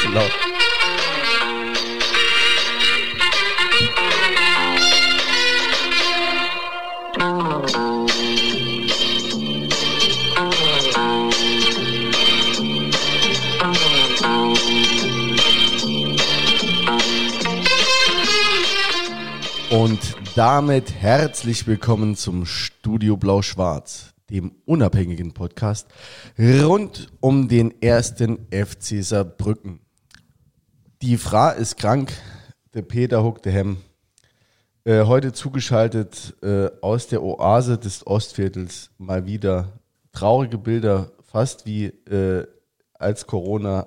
zu laut. Und damit herzlich willkommen zum Studio Blau-Schwarz, dem unabhängigen Podcast rund um den ersten FC Saarbrücken. Die Fra ist krank, der Peter huckt hem. Heute zugeschaltet aus der Oase des Ostviertels mal wieder traurige Bilder, fast wie als Corona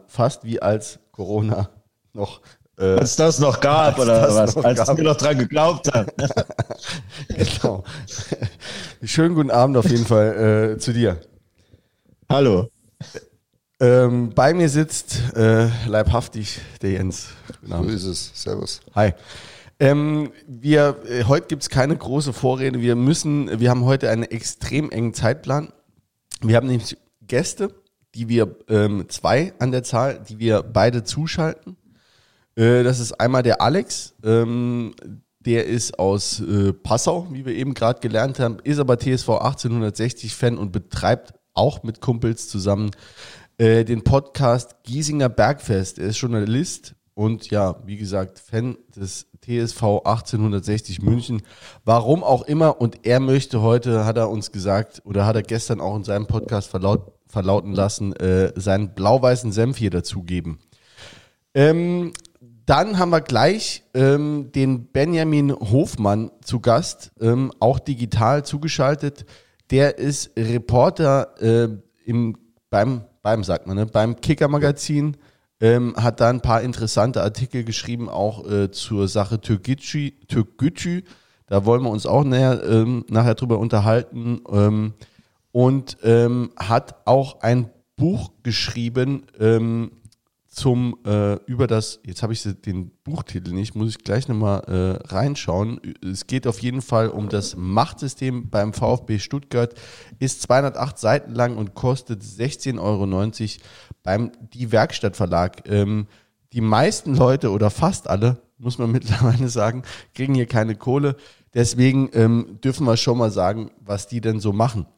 noch. Als das noch gab, oder was? Als wir noch dran geglaubt haben. Genau. Schönen guten Abend auf jeden Fall zu dir. Hallo. Bei mir sitzt leibhaftig der Jens. So ist es. Servus. Hi. Heute gibt es keine große Vorrede. Wir haben heute einen extrem engen Zeitplan. Wir haben nämlich Gäste, die wir zwei an der Zahl, die wir beide zuschalten. Das ist einmal der Alex, der ist aus Passau, wie wir eben gerade gelernt haben, ist aber TSV 1860-Fan und betreibt auch mit Kumpels zusammen den Podcast Giesinger Bergfest. Er ist Journalist und ja, wie gesagt, Fan des TSV 1860 München. Warum auch immer, und er möchte heute, hat er uns gesagt, oder hat er gestern auch in seinem Podcast verlauten lassen, seinen blau-weißen Senf hier dazugeben. Dann haben wir gleich den Benjamin Hofmann zu Gast, auch digital zugeschaltet. Der ist Reporter beim Kicker-Magazin, hat da ein paar interessante Artikel geschrieben, auch zur Sache Türkgücü. Da wollen wir uns auch nachher drüber unterhalten. Und hat auch ein Buch geschrieben, jetzt habe ich den Buchtitel nicht, muss ich gleich nochmal reinschauen. Es geht auf jeden Fall um das Machtsystem beim VfB Stuttgart, ist 208 Seiten lang und kostet 16,90 Euro beim Die Werkstatt Verlag. Die meisten Leute oder fast alle, muss man mittlerweile sagen, kriegen hier keine Kohle. Deswegen dürfen wir schon mal sagen, was die denn so machen.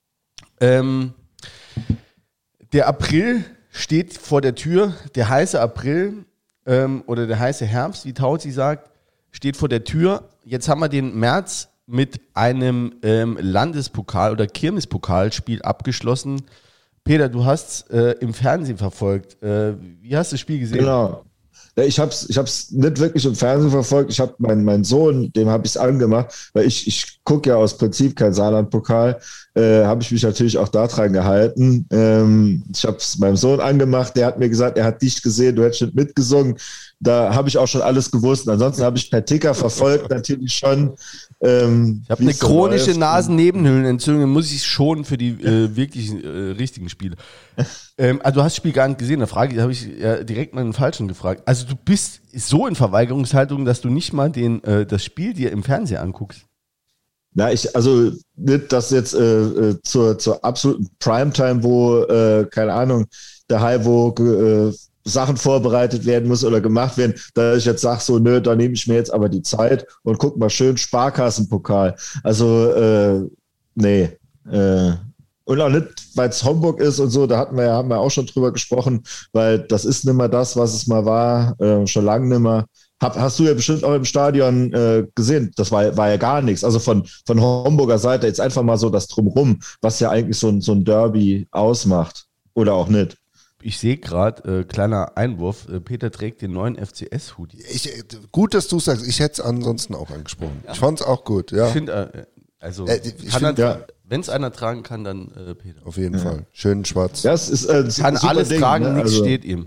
Der April steht vor der Tür, der heiße April oder der heiße Herbst, wie Tauzi sagt, steht vor der Tür. Jetzt haben wir den März mit einem Landespokal- oder Kirmespokalspiel abgeschlossen. Peter, du hast es im Fernsehen verfolgt. Wie hast du das Spiel gesehen? Genau. Ich hab's nicht wirklich im Fernsehen verfolgt. Ich habe meinen Sohn, dem habe ich es angemacht, weil ich gucke ja aus Prinzip kein Saarland-Pokal, habe ich mich natürlich auch da dran gehalten. Ich habe es meinem Sohn angemacht, der hat mir gesagt, er hat dich gesehen, du hättest nicht mitgesungen. Da habe ich auch schon alles gewusst. Ansonsten habe ich per Ticker verfolgt, natürlich schon. Ich habe eine chronische Nasennebenhöhlenentzündung, muss ich schon für die wirklich richtigen Spiele. Also du hast das Spiel gar nicht gesehen, da habe ich ja direkt mal den Falschen gefragt. Also du bist so in Verweigerungshaltung, dass du nicht mal das Spiel dir im Fernsehen anguckst. Na, also nicht, dass jetzt zur absoluten Primetime, wo, keine Ahnung, daheim, wo Sachen vorbereitet werden muss oder gemacht werden, da ich jetzt sage, so, nö, da nehme ich mir jetzt aber die Zeit und guck mal schön Sparkassenpokal. Also, nee. Und auch nicht, weil es Homburg ist und so, da haben wir auch schon drüber gesprochen, weil das ist nicht mehr das, was es mal war, schon lange nicht mehr. Hast du ja bestimmt auch im Stadion gesehen, das war ja gar nichts. Also von Homburger Seite jetzt einfach mal so das Drumrum, was ja eigentlich so ein Derby ausmacht. Oder auch nicht. Ich sehe gerade, kleiner Einwurf, Peter trägt den neuen FCS-Hoodie. Gut, dass du sagst, ich hätte es ansonsten auch angesprochen. Ja. Ich fand es auch gut, ja. Ich finde, wenn es einer tragen kann, dann Peter. Auf jeden Fall. Schön schwarz. Ja, es ist kann alles Ding, tragen, ne? nichts steht ihm.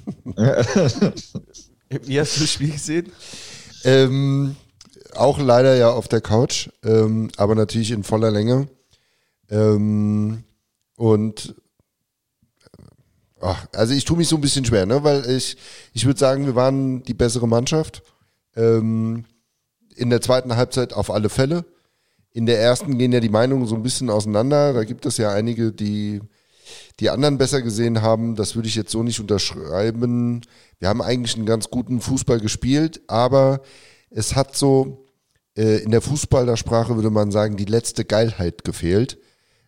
Wie hast du das Spiel gesehen? Auch leider ja auf der Couch, aber natürlich in voller Länge. Also ich tue mich so ein bisschen schwer, ne? Weil ich würde sagen, wir waren die bessere Mannschaft. In der zweiten Halbzeit auf alle Fälle. In der ersten gehen ja die Meinungen so ein bisschen auseinander. Da gibt es ja einige, die die anderen besser gesehen haben, das würde ich jetzt so nicht unterschreiben. Wir haben eigentlich einen ganz guten Fußball gespielt, aber es hat so in der Fußballersprache würde man sagen, die letzte Geilheit gefehlt.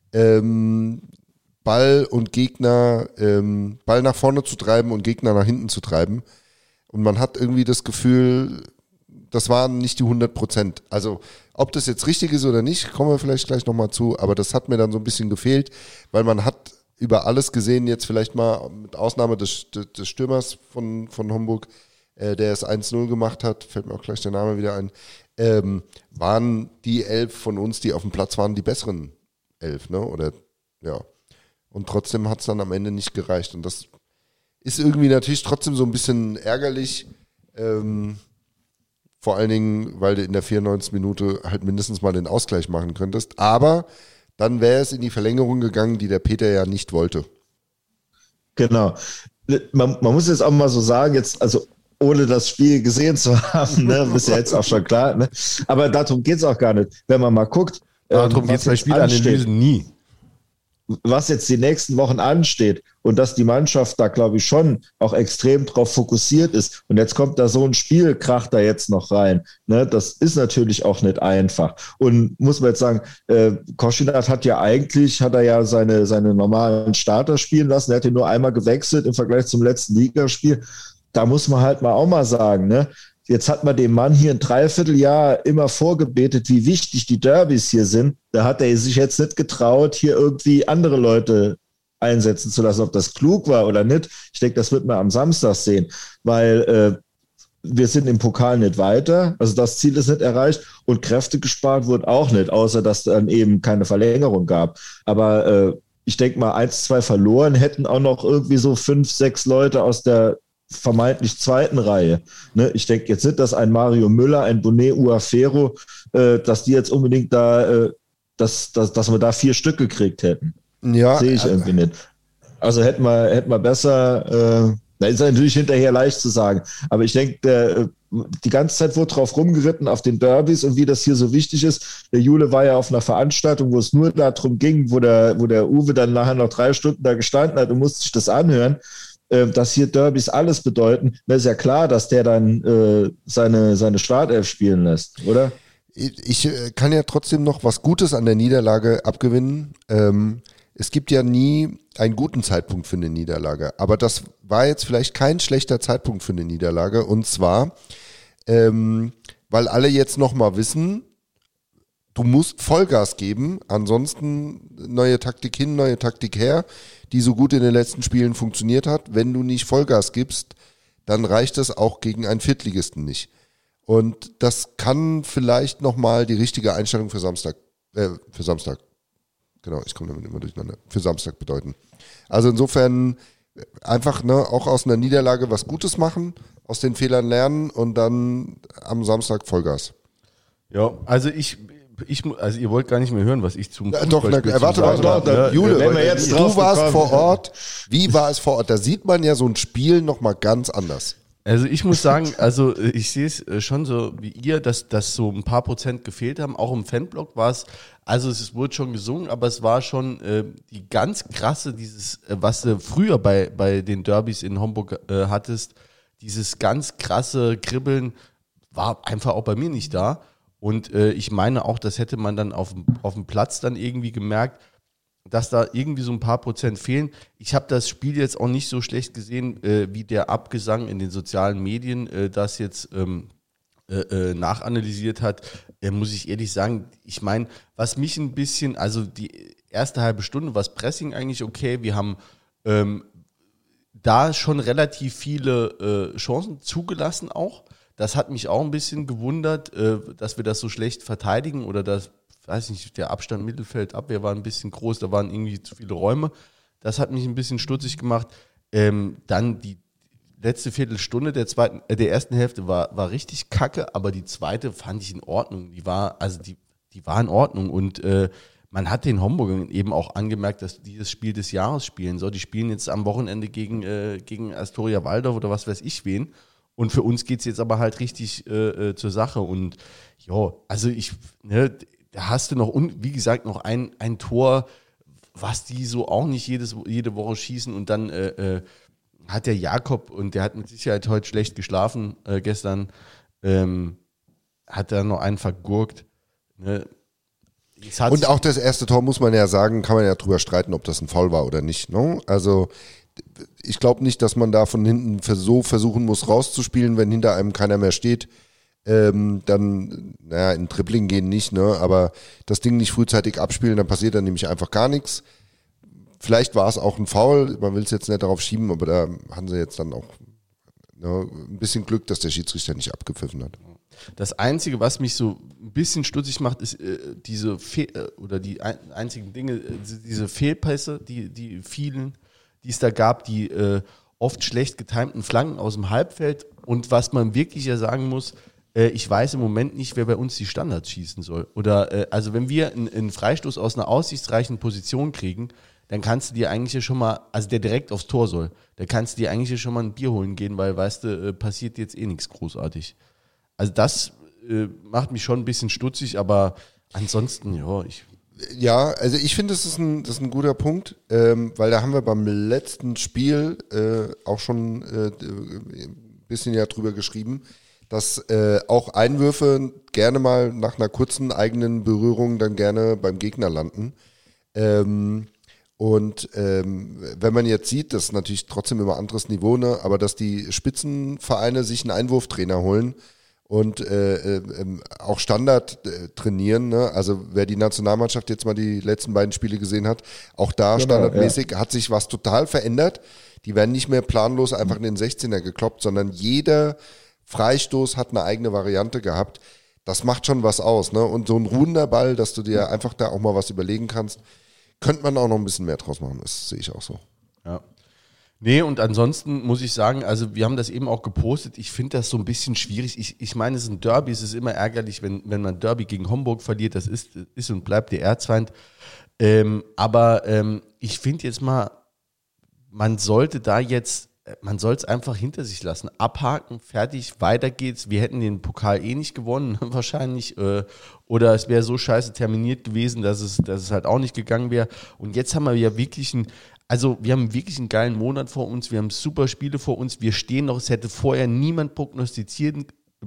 Ball und Gegner, Ball nach vorne zu treiben und Gegner nach hinten zu treiben. Und man hat irgendwie das Gefühl, das waren nicht die 100%. Also ob das jetzt richtig ist oder nicht, kommen wir vielleicht gleich nochmal zu, aber das hat mir dann so ein bisschen gefehlt, weil man hat über alles gesehen, jetzt vielleicht mal mit Ausnahme des Stürmers von Homburg, der es 1-0 gemacht hat, fällt mir auch gleich der Name wieder ein, waren die 11 von uns, die auf dem Platz waren, die besseren 11, ne? Oder ja. Und trotzdem hat es dann am Ende nicht gereicht. Und das ist irgendwie natürlich trotzdem so ein bisschen ärgerlich. Vor allen Dingen, weil du in der 94. Minute halt mindestens mal den Ausgleich machen könntest. Aber dann wäre es in die Verlängerung gegangen, die der Peter ja nicht wollte. Genau. Man muss jetzt auch mal so sagen, jetzt, also ohne das Spiel gesehen zu haben, ne, ist ja jetzt auch schon klar. Ne? Aber darum geht es auch gar nicht. Wenn man mal guckt, darum geht es bei Spielanalysen nie. Was jetzt die nächsten Wochen ansteht und dass die Mannschaft da, glaube ich, schon auch extrem drauf fokussiert ist. Und jetzt kommt da so ein Spiel, kracht da jetzt noch rein. Ne, das ist natürlich auch nicht einfach. Und muss man jetzt sagen, Koschinat hat er ja seine normalen Starter spielen lassen. Er hat ihn nur einmal gewechselt im Vergleich zum letzten Ligaspiel. Da muss man halt mal auch mal sagen, ne? Jetzt hat man dem Mann hier ein Dreivierteljahr immer vorgebetet, wie wichtig die Derbys hier sind. Da hat er sich jetzt nicht getraut, hier irgendwie andere Leute einsetzen zu lassen. Ob das klug war oder nicht, ich denke, das wird man am Samstag sehen, weil wir sind im Pokal nicht weiter. Also das Ziel ist nicht erreicht und Kräfte gespart wurde auch nicht, außer dass dann eben keine Verlängerung gab. Aber ich denke mal, 1-2 verloren hätten auch noch irgendwie so 5, 6 Leute aus der vermeintlich zweiten Reihe. Ne? Ich denke jetzt nicht, dass ein Mario Müller, ein Bonet Uafero, dass die jetzt unbedingt da, dass wir da 4 Stück gekriegt hätten. Ja. Sehe ich irgendwie nicht. Also hätten wir besser, ist natürlich hinterher leicht zu sagen, aber ich denke, die ganze Zeit wurde drauf rumgeritten auf den Derbys und wie das hier so wichtig ist. Der Jule war ja auf einer Veranstaltung, wo es nur darum ging, wo der Uwe dann nachher noch 3 Stunden da gestanden hat und musste sich das anhören, dass hier Derbys alles bedeuten, dann ist ja klar, dass der dann seine Startelf spielen lässt, oder? Ich kann ja trotzdem noch was Gutes an der Niederlage abgewinnen. Es gibt ja nie einen guten Zeitpunkt für eine Niederlage, aber das war jetzt vielleicht kein schlechter Zeitpunkt für eine Niederlage, und zwar, weil alle jetzt nochmal wissen, du musst Vollgas geben, ansonsten neue Taktik hin, neue Taktik her, die so gut in den letzten Spielen funktioniert hat. Wenn du nicht Vollgas gibst, dann reicht es auch gegen einen Viertligisten nicht. Und das kann vielleicht nochmal die richtige Einstellung für Samstag, genau, ich komme damit immer durcheinander, für Samstag bedeuten. Also insofern einfach auch aus einer Niederlage was Gutes machen, aus den Fehlern lernen und dann am Samstag Vollgas. Ja, also also ihr wollt gar nicht mehr hören, was ich zum Fußballspiel warte, Jule, du warst vor Ort. Wie war es vor Ort? Da sieht man ja so ein Spiel nochmal ganz anders. Also ich muss sagen, also ich sehe es schon so wie ihr, dass so ein paar Prozent gefehlt haben. Auch im Fanblock war es, also es wurde schon gesungen, aber es war schon die ganz krasse, was du früher bei den Derbys in Homburg hattest, dieses ganz krasse Kribbeln war einfach auch bei mir nicht da. Und ich meine auch, das hätte man dann auf dem Platz dann irgendwie gemerkt, dass da irgendwie so ein paar Prozent fehlen. Ich habe das Spiel jetzt auch nicht so schlecht gesehen, wie der Abgesang in den sozialen Medien das jetzt nachanalysiert hat. Muss ich ehrlich sagen, ich meine, was mich ein bisschen, also die erste halbe Stunde war das Pressing eigentlich okay. Wir haben da schon relativ viele Chancen zugelassen auch. Das hat mich auch ein bisschen gewundert, dass wir das so schlecht verteidigen oder dass, weiß nicht, der Abstand Mittelfeld-Abwehr war ein bisschen groß, da waren irgendwie zu viele Räume. Das hat mich ein bisschen stutzig gemacht. Dann die letzte Viertelstunde der ersten Hälfte war richtig kacke, aber die zweite fand ich in Ordnung. Die war in Ordnung und man hat den Homburgern eben auch angemerkt, dass die das Spiel des Jahres spielen. So, die spielen jetzt am Wochenende gegen Astoria Waldorf oder was weiß ich wen. Und für uns geht's jetzt aber halt richtig zur Sache. Und ja, also da hast du noch, wie gesagt, noch ein Tor, was die so auch nicht jede Woche schießen. Und dann hat der Jakob, und der hat mit Sicherheit heute schlecht geschlafen gestern, hat er noch einen vergurkt. Ne? Und auch das erste Tor, muss man ja sagen, kann man ja drüber streiten, ob das ein Foul war oder nicht. Ne? Also ich glaube nicht, dass man da von hinten so versuchen muss rauszuspielen, wenn hinter einem keiner mehr steht. Dann, naja, in Dribbling gehen nicht, ne? Aber das Ding nicht frühzeitig abspielen, dann passiert dann nämlich einfach gar nichts. Vielleicht war es auch ein Foul, man will es jetzt nicht darauf schieben, aber da haben sie jetzt dann auch ein bisschen Glück, dass der Schiedsrichter nicht abgepfiffen hat. Das Einzige, was mich so ein bisschen stutzig macht, ist diese einzigen Dinge, diese Fehlpässe, die vielen, die es da gab, die oft schlecht getimten Flanken aus dem Halbfeld. Und was man wirklich ja sagen muss, ich weiß im Moment nicht, wer bei uns die Standards schießen soll. Oder also wenn wir einen Freistoß aus einer aussichtsreichen Position kriegen, dann kannst du dir eigentlich ja schon mal, also der direkt aufs Tor soll, da kannst du dir eigentlich ja schon mal ein Bier holen gehen, weil, weißt du, passiert jetzt eh nichts großartig. Also das macht mich schon ein bisschen stutzig, aber ansonsten, ja, Ja, also ich finde, das ist ein guter Punkt, weil da haben wir beim letzten Spiel auch schon ein bisschen ja drüber geschrieben, dass auch Einwürfe gerne mal nach einer kurzen eigenen Berührung dann gerne beim Gegner landen. Und wenn man jetzt sieht, das ist natürlich trotzdem immer anderes Niveau, ne, aber dass die Spitzenvereine sich einen Einwurftrainer holen und auch Standard trainieren, ne? Also wer die Nationalmannschaft jetzt mal die letzten beiden Spiele gesehen hat, auch da standardmäßig hat sich was total verändert. Die werden nicht mehr planlos einfach in den 16er gekloppt, sondern jeder Freistoß hat eine eigene Variante gehabt. Das macht schon was aus, ne? Und so ein ruhender Ball, dass du dir einfach da auch mal was überlegen kannst, könnte man auch noch ein bisschen mehr draus machen, das sehe ich auch so. Ja. Nee, und ansonsten muss ich sagen, also wir haben das eben auch gepostet, ich finde das so ein bisschen schwierig. Ich meine, es ist ein Derby, es ist immer ärgerlich, wenn man Derby gegen Homburg verliert, das ist und bleibt der Erzfeind. Aber ich finde jetzt mal, man soll es einfach hinter sich lassen, abhaken, fertig, weiter geht's. Wir hätten den Pokal eh nicht gewonnen, wahrscheinlich. Oder es wäre so scheiße terminiert gewesen, dass es halt auch nicht gegangen wäre. Und jetzt haben wir ja wirklich wir haben wirklich einen geilen Monat vor uns, wir haben super Spiele vor uns, wir stehen noch, es hätte vorher niemand prognostiziert.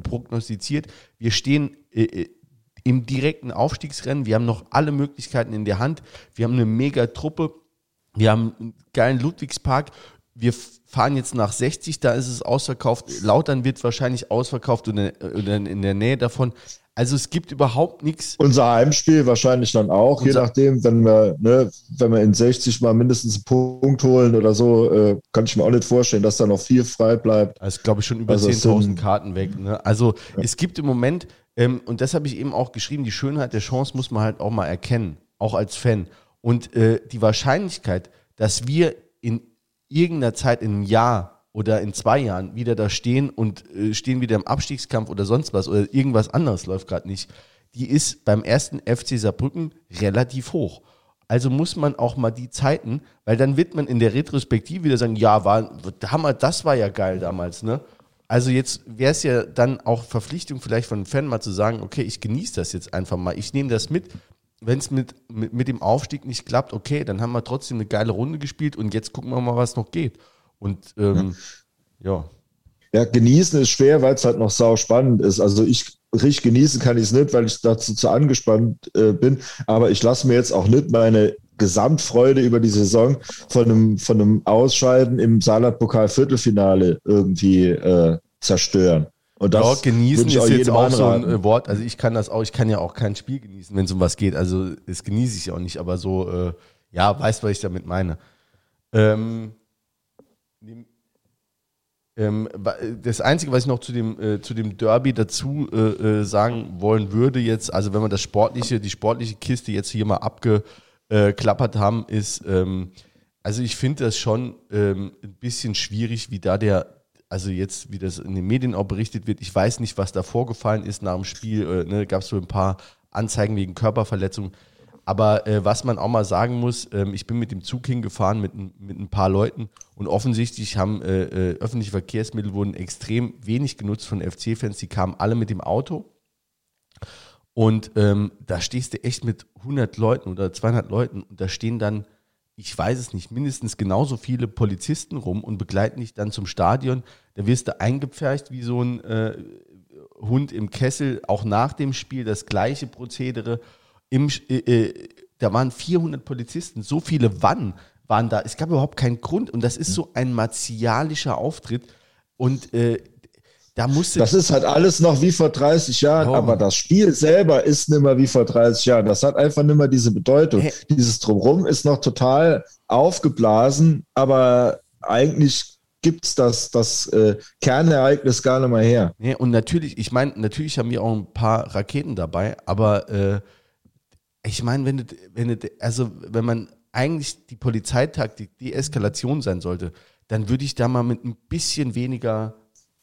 Wir stehen im direkten Aufstiegsrennen, wir haben noch alle Möglichkeiten in der Hand, wir haben eine mega Truppe, wir haben einen geilen Ludwigspark, wir fahren jetzt nach 60, da ist es ausverkauft, Lautern wird wahrscheinlich ausverkauft oder in der Nähe davon. Also es gibt überhaupt nichts. Unser Heimspiel wahrscheinlich dann auch, je nachdem, wenn wir in 60 mal mindestens einen Punkt holen oder so, kann ich mir auch nicht vorstellen, dass da noch viel frei bleibt. Also glaube ich schon über 10.000 Karten weg. Ne? Also es gibt im Moment, und das habe ich eben auch geschrieben, die Schönheit der Chance muss man halt auch mal erkennen, auch als Fan. Und die Wahrscheinlichkeit, dass wir in irgendeiner Zeit in einem Jahr oder in 2 Jahren wieder da stehen und stehen wieder im Abstiegskampf oder sonst was oder irgendwas anderes läuft gerade nicht, die ist beim ersten FC Saarbrücken relativ hoch. Also muss man auch mal die Zeiten, weil dann wird man in der Retrospektive wieder sagen, ja, das war ja geil damals, ne? Also jetzt wäre es ja dann auch Verpflichtung vielleicht von einem Fan mal zu sagen, okay, ich genieße das jetzt einfach mal, ich nehme das mit. Wenn es mit dem Aufstieg nicht klappt, okay, dann haben wir trotzdem eine geile Runde gespielt und jetzt gucken wir mal, was noch geht. Und ja. Ja, genießen ist schwer, weil es halt noch sau spannend ist. Also richtig genießen kann ich es nicht, weil ich dazu zu angespannt bin. Aber ich lasse mir jetzt auch nicht meine Gesamtfreude über die Saison von einem Ausscheiden im Saarland-Pokal-Viertelfinale irgendwie zerstören. Und das ja, genießen ist jetzt auch anraten. So ein Wort. Also ich kann ja auch kein Spiel genießen, wenn es um was geht. Also das genieße ich auch nicht, aber so, weißt, was ich damit meine. Das Einzige, was ich noch zu dem Derby dazu sagen wollen würde jetzt, also wenn wir die sportliche Kiste jetzt hier mal abgeklappert haben, ist, also ich finde das schon ein bisschen schwierig, wie wie das in den Medien auch berichtet wird. Ich weiß nicht, was da vorgefallen ist nach dem Spiel. Gab es so ein paar Anzeigen wegen Körperverletzung. Aber was man auch mal sagen muss, ich bin mit dem Zug hingefahren mit ein paar Leuten und offensichtlich haben öffentliche Verkehrsmittel wurden extrem wenig genutzt von FC-Fans. Die kamen alle mit dem Auto und da stehst du echt mit 100 Leuten oder 200 Leuten und da stehen dann ich weiß es nicht, mindestens genauso viele Polizisten rum und begleiten dich dann zum Stadion. Da wirst du eingepfercht wie so ein Hund im Kessel, auch nach dem Spiel das gleiche Prozedere. Da waren 400 Polizisten, so viele waren da. Es gab überhaupt keinen Grund und das ist so ein martialischer Auftritt und da musste... Das ist halt alles noch wie vor 30 Jahren, aber das Spiel selber ist nicht mehr wie vor 30 Jahren. Das hat einfach nicht mehr diese Bedeutung. Dieses Drumherum ist noch total aufgeblasen, aber eigentlich gibt es das Kernereignis gar nicht mehr her. Nee, und natürlich, ich meine, natürlich haben wir auch ein paar Raketen dabei, aber ich meine, wenn man eigentlich die Polizeitaktik, die Eskalation sein sollte, dann würde ich da mal mit ein bisschen weniger,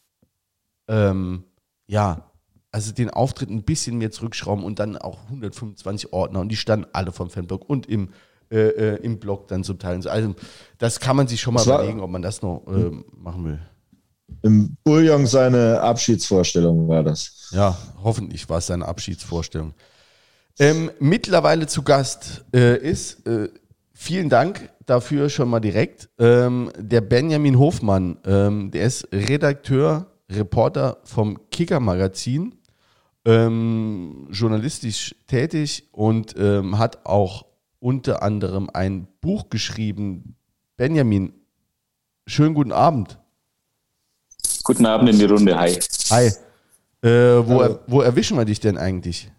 also den Auftritt ein bisschen mehr zurückschrauben und dann auch 125 Ordner und die standen alle vom Fanblock und im Block dann zum Teil. Also das kann man sich schon mal überlegen, ob man das noch machen will. Im Bouillon seine Abschiedsvorstellung war das. Ja, hoffentlich war es seine Abschiedsvorstellung. Mittlerweile zu Gast ist, vielen Dank dafür schon mal direkt, der Benjamin Hofmann. Der ist Redakteur, Reporter vom Kicker-Magazin, journalistisch tätig und hat auch unter anderem ein Buch geschrieben. Benjamin, schönen guten Abend. Guten Abend in die Runde, hi. Hi. Wo erwischen wir dich denn eigentlich?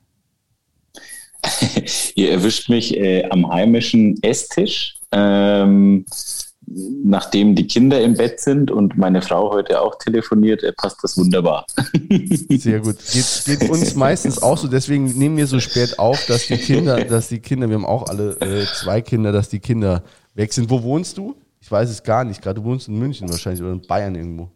Ihr erwischt mich am heimischen Esstisch, nachdem die Kinder im Bett sind und meine Frau heute auch telefoniert, passt das wunderbar. Sehr gut. Geht uns meistens auch so, deswegen nehmen wir so spät auf, dass die Kinder, wir haben auch alle 2 Kinder, dass die Kinder weg sind. Wo wohnst du? Ich weiß es gar nicht. Gerade du wohnst in München wahrscheinlich oder in Bayern irgendwo.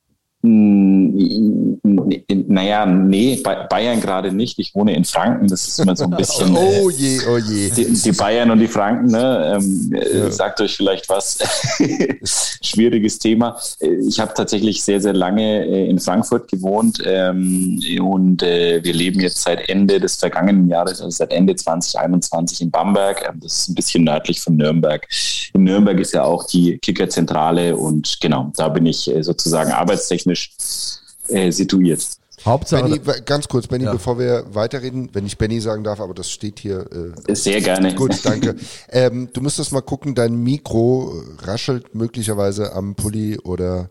Naja, nee, Bayern gerade nicht. Ich wohne in Franken. Das ist immer so ein bisschen. Oh je. Die Bayern und die Franken, ne? Sagt euch vielleicht was. Schwieriges Thema. Ich habe tatsächlich sehr, sehr lange in Frankfurt gewohnt und wir leben jetzt seit Ende des vergangenen Jahres, also seit Ende 2021 in Bamberg. Das ist ein bisschen nördlich von Nürnberg. In Nürnberg ist ja auch die Kickerzentrale und genau, da bin ich sozusagen arbeitstechnisch situiert. Hauptsache. Benni, ganz kurz, Benni, bevor wir weiterreden, wenn ich Benni sagen darf, aber das steht hier. Sehr gerne. Gut, danke. Du müsstest mal gucken, dein Mikro raschelt möglicherweise am Pulli oder.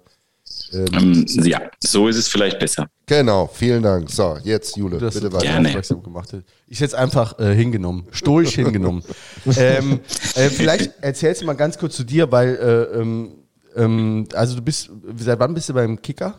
Ja, so ist es vielleicht besser. Genau, vielen Dank. So, jetzt Jule, bitte weiter. Gerne. Ich hätte es einfach hingenommen, stoisch hingenommen. Vielleicht erzählst du mal ganz kurz zu dir, weil also seit wann bist du beim Kicker?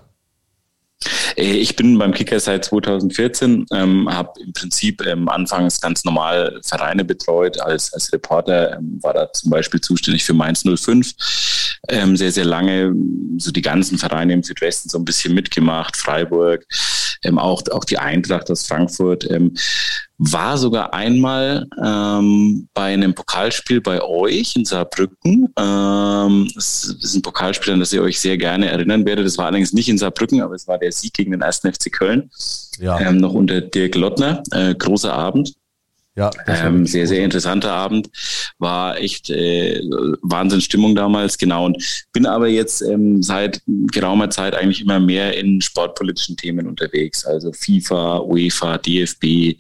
Ich bin beim Kicker seit 2014, habe im Prinzip anfangs ganz normal Vereine betreut, als Reporter, war da zum Beispiel zuständig für Mainz 05, sehr, sehr lange so die ganzen Vereine im Südwesten so ein bisschen mitgemacht, Freiburg, auch die Eintracht aus Frankfurt, war sogar einmal bei einem Pokalspiel bei euch in Saarbrücken. Das ist ein Pokalspiel, an das ihr euch sehr gerne erinnern werdet. Das war allerdings nicht in Saarbrücken, aber es war der Sieg gegen den 1. FC Köln. Ja. Noch unter Dirk Lottner. Großer Abend. Ja, sehr, sehr interessanter Abend. War echt Wahnsinnsstimmung damals, genau. Und bin aber jetzt seit geraumer Zeit eigentlich immer mehr in sportpolitischen Themen unterwegs. Also FIFA, UEFA, DFB,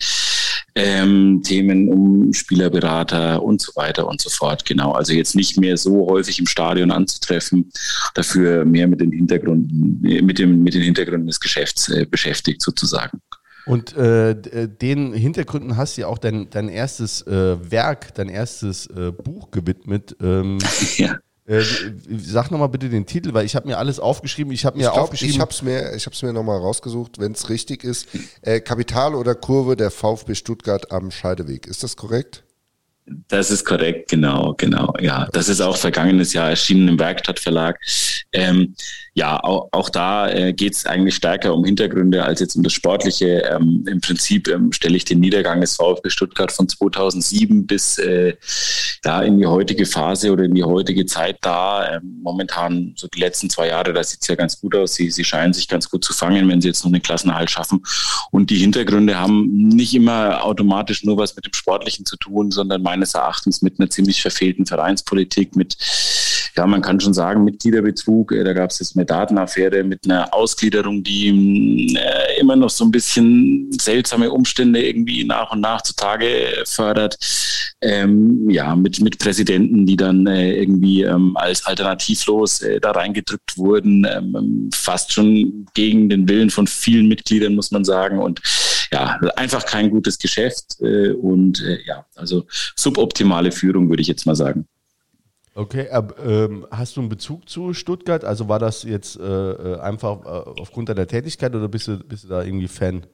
Themen um Spielerberater und so weiter und so fort. Genau. Also jetzt nicht mehr so häufig im Stadion anzutreffen, dafür mehr mit den Hintergründen des Geschäfts beschäftigt sozusagen. Und den Hintergründen hast du ja auch dein erstes Werk, dein erstes Buch gewidmet. Ja. Sag nochmal bitte den Titel, weil ich habe mir alles aufgeschrieben. Ich habe mir nochmal rausgesucht, wenn es richtig ist. Kapital oder Kurve, der VfB Stuttgart am Scheideweg. Ist das korrekt? Das ist korrekt, genau. Ja, das ist auch vergangenes Jahr erschienen im Werkstattverlag. Ja, auch da geht es eigentlich stärker um Hintergründe als jetzt um das Sportliche. Im Prinzip stelle ich den Niedergang des VfB Stuttgart von 2007 bis in die heutige Phase oder in die heutige Zeit dar. Momentan, so die letzten 2 Jahre, da sieht es ja ganz gut aus. Sie scheinen sich ganz gut zu fangen, wenn sie jetzt noch einen Klassenerhalt schaffen. Und die Hintergründe haben nicht immer automatisch nur was mit dem Sportlichen zu tun, sondern meines Erachtens mit einer ziemlich verfehlten Vereinspolitik, mit, ja, man kann schon sagen, Mitgliederbetrug. Da gab es jetzt eine Datenaffäre mit einer Ausgliederung, die immer noch so ein bisschen seltsame Umstände irgendwie nach und nach zutage fördert. Mit Präsidenten, die dann irgendwie als alternativlos da reingedrückt wurden, fast schon gegen den Willen von vielen Mitgliedern, muss man sagen. Und ja, einfach kein gutes Geschäft also suboptimale Führung, würde ich jetzt mal sagen. Okay, hast du einen Bezug zu Stuttgart? Also war das jetzt einfach aufgrund deiner Tätigkeit oder bist du da irgendwie Fan?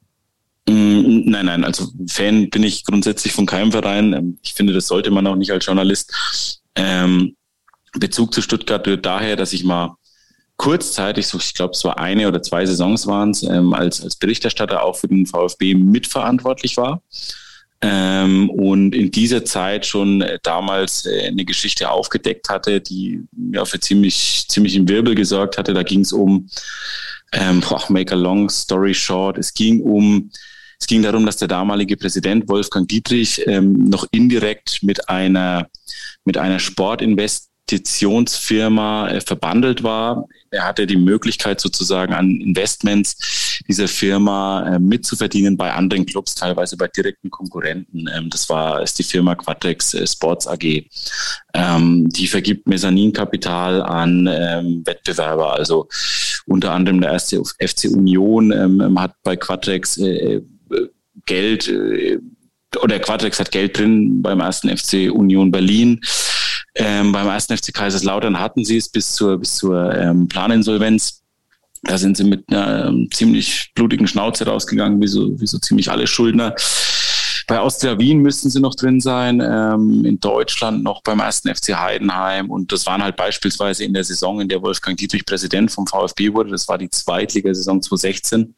Nein, also Fan bin ich grundsätzlich von keinem Verein. Ich finde, das sollte man auch nicht als Journalist. Bezug zu Stuttgart rührt daher, dass ich mal kurzzeitig, ich glaube es war 1 oder 2 Saisons waren es, als Berichterstatter auch für den VfB mitverantwortlich war. Und in dieser Zeit schon damals eine Geschichte aufgedeckt hatte, die ja für ziemlichen Wirbel gesorgt hatte. Da ging es um, make a long story short, es ging darum, dass der damalige Präsident Wolfgang Dietrich noch indirekt mit einer Sportinvestitionsfirma verbandelt war. Er hatte die Möglichkeit sozusagen an Investments dieser Firma mitzuverdienen bei anderen Clubs, teilweise bei direkten Konkurrenten. Das ist die Firma Quatrex Sports AG. Die vergibt Mezzaninkapital an Wettbewerber. Also unter anderem der erste FC Union hat bei Quatrex Geld oder Quatrex hat Geld drin beim ersten FC Union Berlin. Beim ersten FC Kaiserslautern hatten sie es bis zur Planinsolvenz. Da sind sie mit einer ziemlich blutigen Schnauze rausgegangen, wie so ziemlich alle Schuldner. Bei Austria Wien müssten sie noch drin sein, in Deutschland noch beim ersten FC Heidenheim. Und das waren halt beispielsweise in der Saison, in der Wolfgang Dietrich Präsident vom VfB wurde. Das war die Zweitligasaison 2016.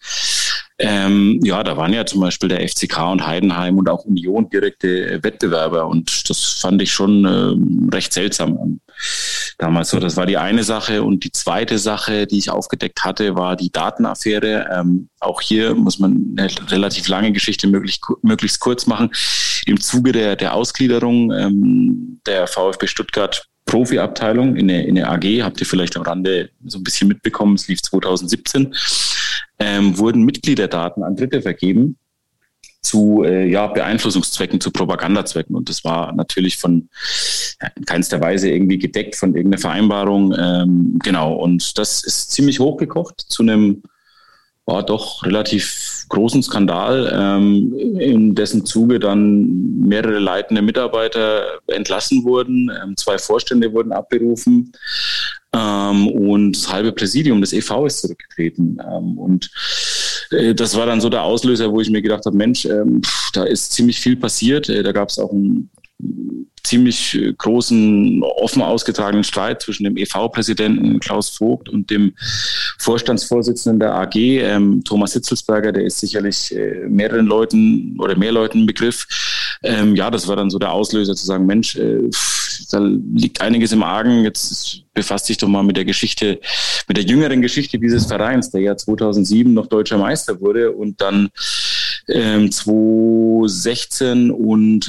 Da waren ja zum Beispiel der FCK und Heidenheim und auch Union direkte Wettbewerber. Und das fand ich schon recht seltsam damals so. Das war die eine Sache. Und die zweite Sache, die ich aufgedeckt hatte, war die Datenaffäre. Auch hier muss man eine relativ lange Geschichte möglichst kurz machen. Im Zuge der Ausgliederung der VfB Stuttgart Profiabteilung in der AG, habt ihr vielleicht am Rande so ein bisschen mitbekommen, es lief 2017, wurden Mitgliederdaten an Dritte vergeben zu Beeinflussungszwecken, zu Propagandazwecken. Und das war natürlich in keinster Weise irgendwie gedeckt von irgendeiner Vereinbarung. Und das ist ziemlich hochgekocht zu einem doch relativ großen Skandal, in dessen Zuge dann mehrere leitende Mitarbeiter entlassen wurden, 2 Vorstände wurden abberufen und das halbe Präsidium des e.V. ist zurückgetreten. Das war dann so der Auslöser, wo ich mir gedacht habe, Mensch, da ist ziemlich viel passiert. Da gab es auch einen ziemlich großen, offen ausgetragenen Streit zwischen dem e.V.-Präsidenten Klaus Vogt und dem Vorstandsvorsitzenden der AG, Thomas Hitzelsberger, der ist sicherlich mehreren Leuten oder mehr Leuten ein Begriff. Das war dann so der Auslöser zu sagen, Mensch, da liegt einiges im Argen, jetzt befasst dich doch mal mit der Geschichte, mit der jüngeren Geschichte dieses Vereins, der ja 2007 noch deutscher Meister wurde und dann 2016 und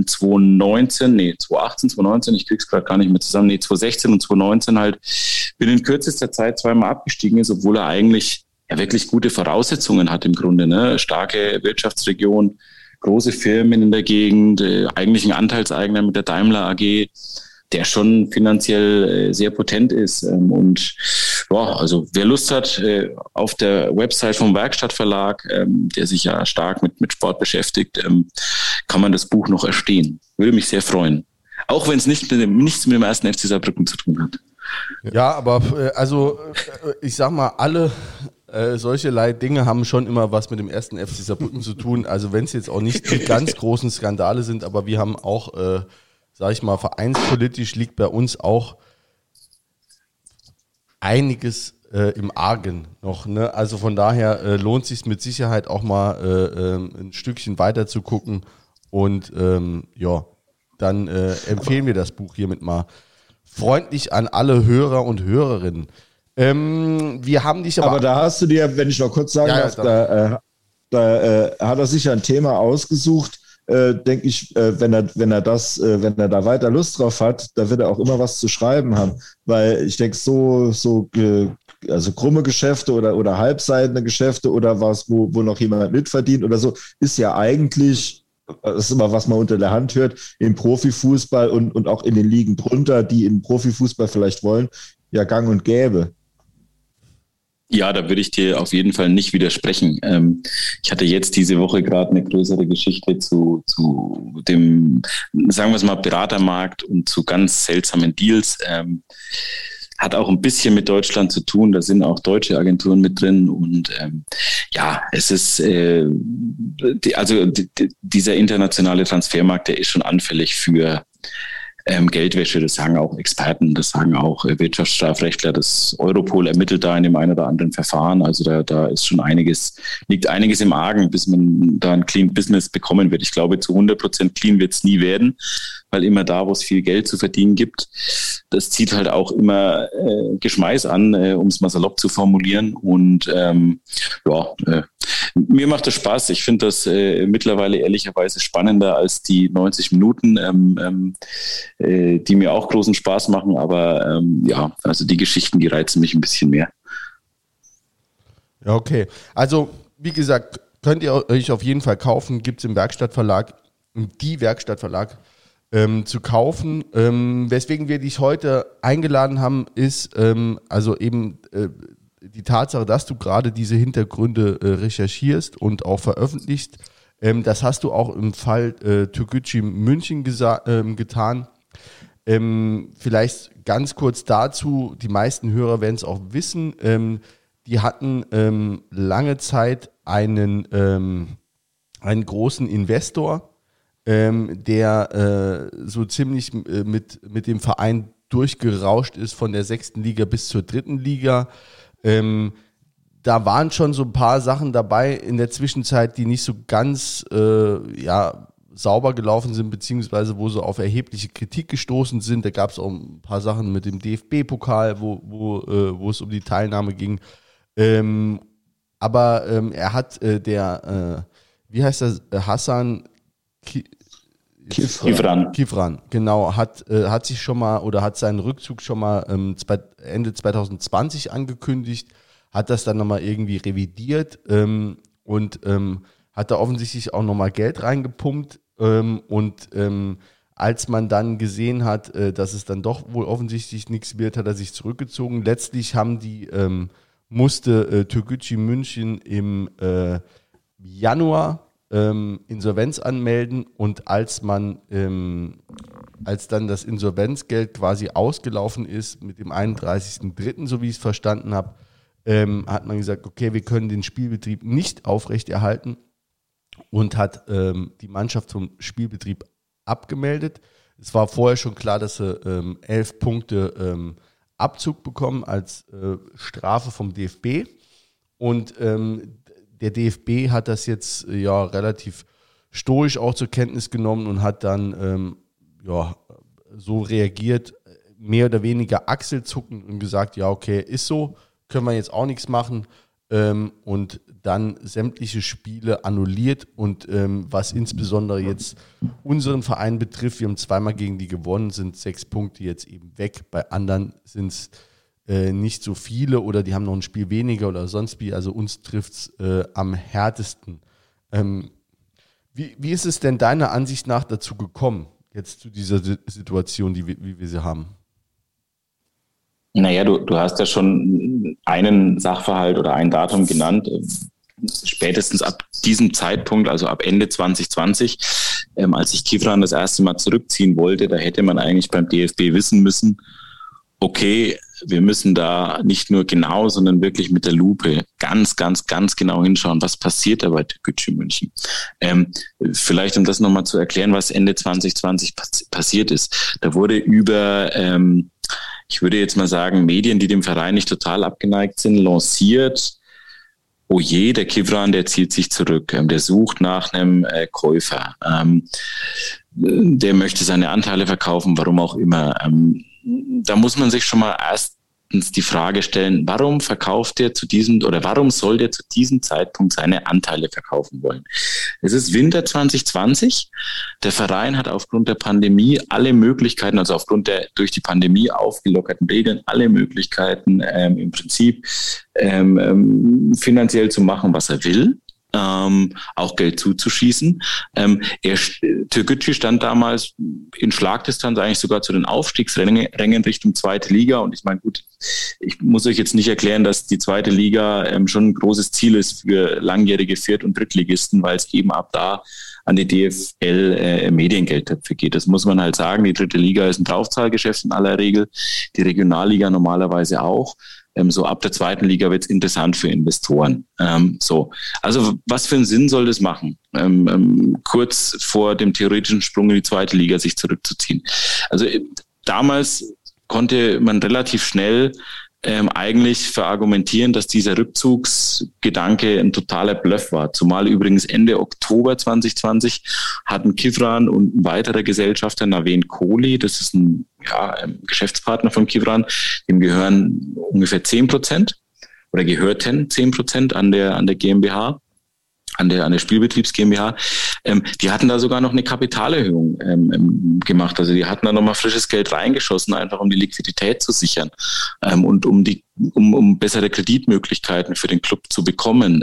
2019, ich krieg's gerade gar nicht mehr zusammen, 2016 und 2019 halt binnen kürzester Zeit 2-mal abgestiegen ist, obwohl er eigentlich ja wirklich gute Voraussetzungen hat im Grunde, ne? Starke Wirtschaftsregion, große Firmen in der Gegend, eigentlich ein Anteilseigner mit der Daimler AG, der schon finanziell sehr potent ist. Also wer Lust hat, auf der Website vom Werkstattverlag, der sich ja stark mit Sport beschäftigt, kann man das Buch noch erstehen. Würde mich sehr freuen. Auch wenn es nichts mit dem ersten FC Saarbrücken zu tun hat. Ja, aber ich sag mal, alle solche Dinge haben schon immer was mit dem ersten FC Saarbrücken zu tun. Also wenn es jetzt auch nicht die ganz großen Skandale sind, aber wir haben auch, sag ich mal, vereinspolitisch liegt bei uns auch einiges im Argen noch. Ne? Also von daher lohnt es sich mit Sicherheit auch mal ein Stückchen weiter zu gucken. Und dann empfehlen wir das Buch hiermit mal freundlich an alle Hörer und Hörerinnen. Wir haben dich aber da hast du dir, wenn ich noch kurz sagen darf, da hat er sich ja ein Thema ausgesucht, denke ich, wenn er da weiter Lust drauf hat, da wird er auch immer was zu schreiben haben, weil ich denke, also krumme Geschäfte oder halbseitene Geschäfte oder was, wo noch jemand mitverdient oder so, ist ja eigentlich, das ist immer, was man unter der Hand hört, im Profifußball und auch in den Ligen drunter, die im Profifußball vielleicht wollen, ja gang und gäbe. Ja, da würde ich dir auf jeden Fall nicht widersprechen. Ich hatte jetzt diese Woche gerade eine größere Geschichte zu dem, sagen wir es mal, Beratermarkt und zu ganz seltsamen Deals. Hat auch ein bisschen mit Deutschland zu tun. Da sind auch deutsche Agenturen mit drin. Und es ist, dieser internationale Transfermarkt, der ist schon anfällig für Geldwäsche. Das sagen auch Experten, das sagen auch Wirtschaftsstrafrechtler. Das Europol ermittelt da in dem einen oder anderen Verfahren. Also da ist schon liegt einiges im Argen, bis man da ein Clean Business bekommen wird. Ich glaube, zu 100% clean wird es nie werden, weil immer da, wo es viel Geld zu verdienen gibt, das zieht halt auch immer Geschmeiß an, um es mal salopp zu formulieren. Und mir macht das Spaß. Ich finde das mittlerweile ehrlicherweise spannender als die 90 Minuten, die mir auch großen Spaß machen. Aber also die Geschichten, die reizen mich ein bisschen mehr. Ja, okay. Also, wie gesagt, könnt ihr euch auf jeden Fall kaufen. Gibt es im Werkstattverlag, die Werkstattverlag zu kaufen. Weswegen wir dich heute eingeladen haben, ist die Tatsache, dass du gerade diese Hintergründe recherchierst und auch veröffentlichst. Das hast du auch im Fall Türkgücü München getan. Vielleicht ganz kurz dazu, die meisten Hörer werden es auch wissen, die hatten lange Zeit einen großen Investor, der so ziemlich mit dem Verein durchgerauscht ist von der 6. Liga bis zur 3. Liga. Da waren schon so ein paar Sachen dabei in der Zwischenzeit, die nicht so ganz sauber gelaufen sind, beziehungsweise wo sie auf erhebliche Kritik gestoßen sind. Da gab es auch ein paar Sachen mit dem DFB-Pokal, wo es um die Teilnahme ging. Aber er hat Hasan Kifran, genau, hat sich schon mal oder hat seinen Rückzug schon mal Ende 2020 angekündigt, hat das dann nochmal irgendwie revidiert und hat da offensichtlich auch nochmal Geld reingepumpt als man dann gesehen hat, dass es dann doch wohl offensichtlich nichts wird, hat er sich zurückgezogen. Letztlich musste Türkgücü München im Januar Insolvenz anmelden und als dann das Insolvenzgeld quasi ausgelaufen ist mit dem 31.03., so wie ich es verstanden habe, hat man gesagt, okay, wir können den Spielbetrieb nicht aufrechterhalten und hat die Mannschaft vom Spielbetrieb abgemeldet. Es war vorher schon klar, dass sie 11 Punkte Abzug bekommen als Strafe vom DFB und der DFB hat das jetzt relativ stoisch auch zur Kenntnis genommen und hat dann so reagiert, mehr oder weniger achselzuckend und gesagt, ja okay, ist so, können wir jetzt auch nichts machen und dann sämtliche Spiele annulliert und was insbesondere jetzt unseren Verein betrifft, wir haben zweimal gegen die gewonnen, sind 6 Punkte jetzt eben weg, bei anderen sind es nicht so viele oder die haben noch ein Spiel weniger oder sonst wie, also uns trifft es am härtesten. Wie ist es denn deiner Ansicht nach dazu gekommen, jetzt zu dieser Situation, wie wir sie haben? Naja, du hast ja schon einen Sachverhalt oder ein Datum genannt. Spätestens ab diesem Zeitpunkt, also ab Ende 2020, als sich Kifran das erste Mal zurückziehen wollte, da hätte man eigentlich beim DFB wissen müssen, okay, wir müssen da nicht nur genau, sondern wirklich mit der Lupe ganz, ganz, ganz genau hinschauen, was passiert da bei Türkgücü München. Vielleicht, um das nochmal zu erklären, was Ende 2020 passiert ist. Da wurde über ich würde jetzt mal sagen, Medien, die dem Verein nicht total abgeneigt sind, lanciert, oh je, der Kivran, der zieht sich zurück, der sucht nach einem Käufer, der möchte seine Anteile verkaufen, warum auch immer. Da muss man sich schon mal erstens die Frage stellen, warum verkauft er warum soll der zu diesem Zeitpunkt seine Anteile verkaufen wollen? Es ist Winter 2020. Der Verein hat aufgrund der Pandemie alle Möglichkeiten, also aufgrund der durch die Pandemie aufgelockerten Regeln, alle Möglichkeiten im Prinzip finanziell zu machen, was er will. Auch Geld zuzuschießen. Türkgücü stand damals in Schlagdistanz eigentlich sogar zu den Aufstiegsrängen Richtung zweite Liga. Und ich meine, gut, ich muss euch jetzt nicht erklären, dass die zweite Liga schon ein großes Ziel ist für langjährige Viert- und Drittligisten, weil es eben ab da an die DFL Mediengeldtöpfe geht. Das muss man halt sagen. Die dritte Liga ist ein Draufzahlgeschäft in aller Regel. Die Regionalliga normalerweise auch. So ab der zweiten Liga wird es interessant für Investoren. Also was für einen Sinn soll das machen, kurz vor dem theoretischen Sprung in die zweite Liga sich zurückzuziehen? Also damals konnte man relativ schnell eigentlich verargumentieren, dass dieser Rückzugsgedanke ein totaler Bluff war. Zumal übrigens Ende Oktober 2020 hatten Kivran und ein weiterer Gesellschafter, Naveen Kohli, das ist ein Geschäftspartner von Kivran, dem gehören ungefähr 10% oder gehörten 10% an der GmbH, an der Spielbetriebs GmbH. Die hatten da sogar noch eine Kapitalerhöhung gemacht. Also die hatten da nochmal frisches Geld reingeschossen, einfach um die Liquidität zu sichern und um bessere Kreditmöglichkeiten für den Club zu bekommen.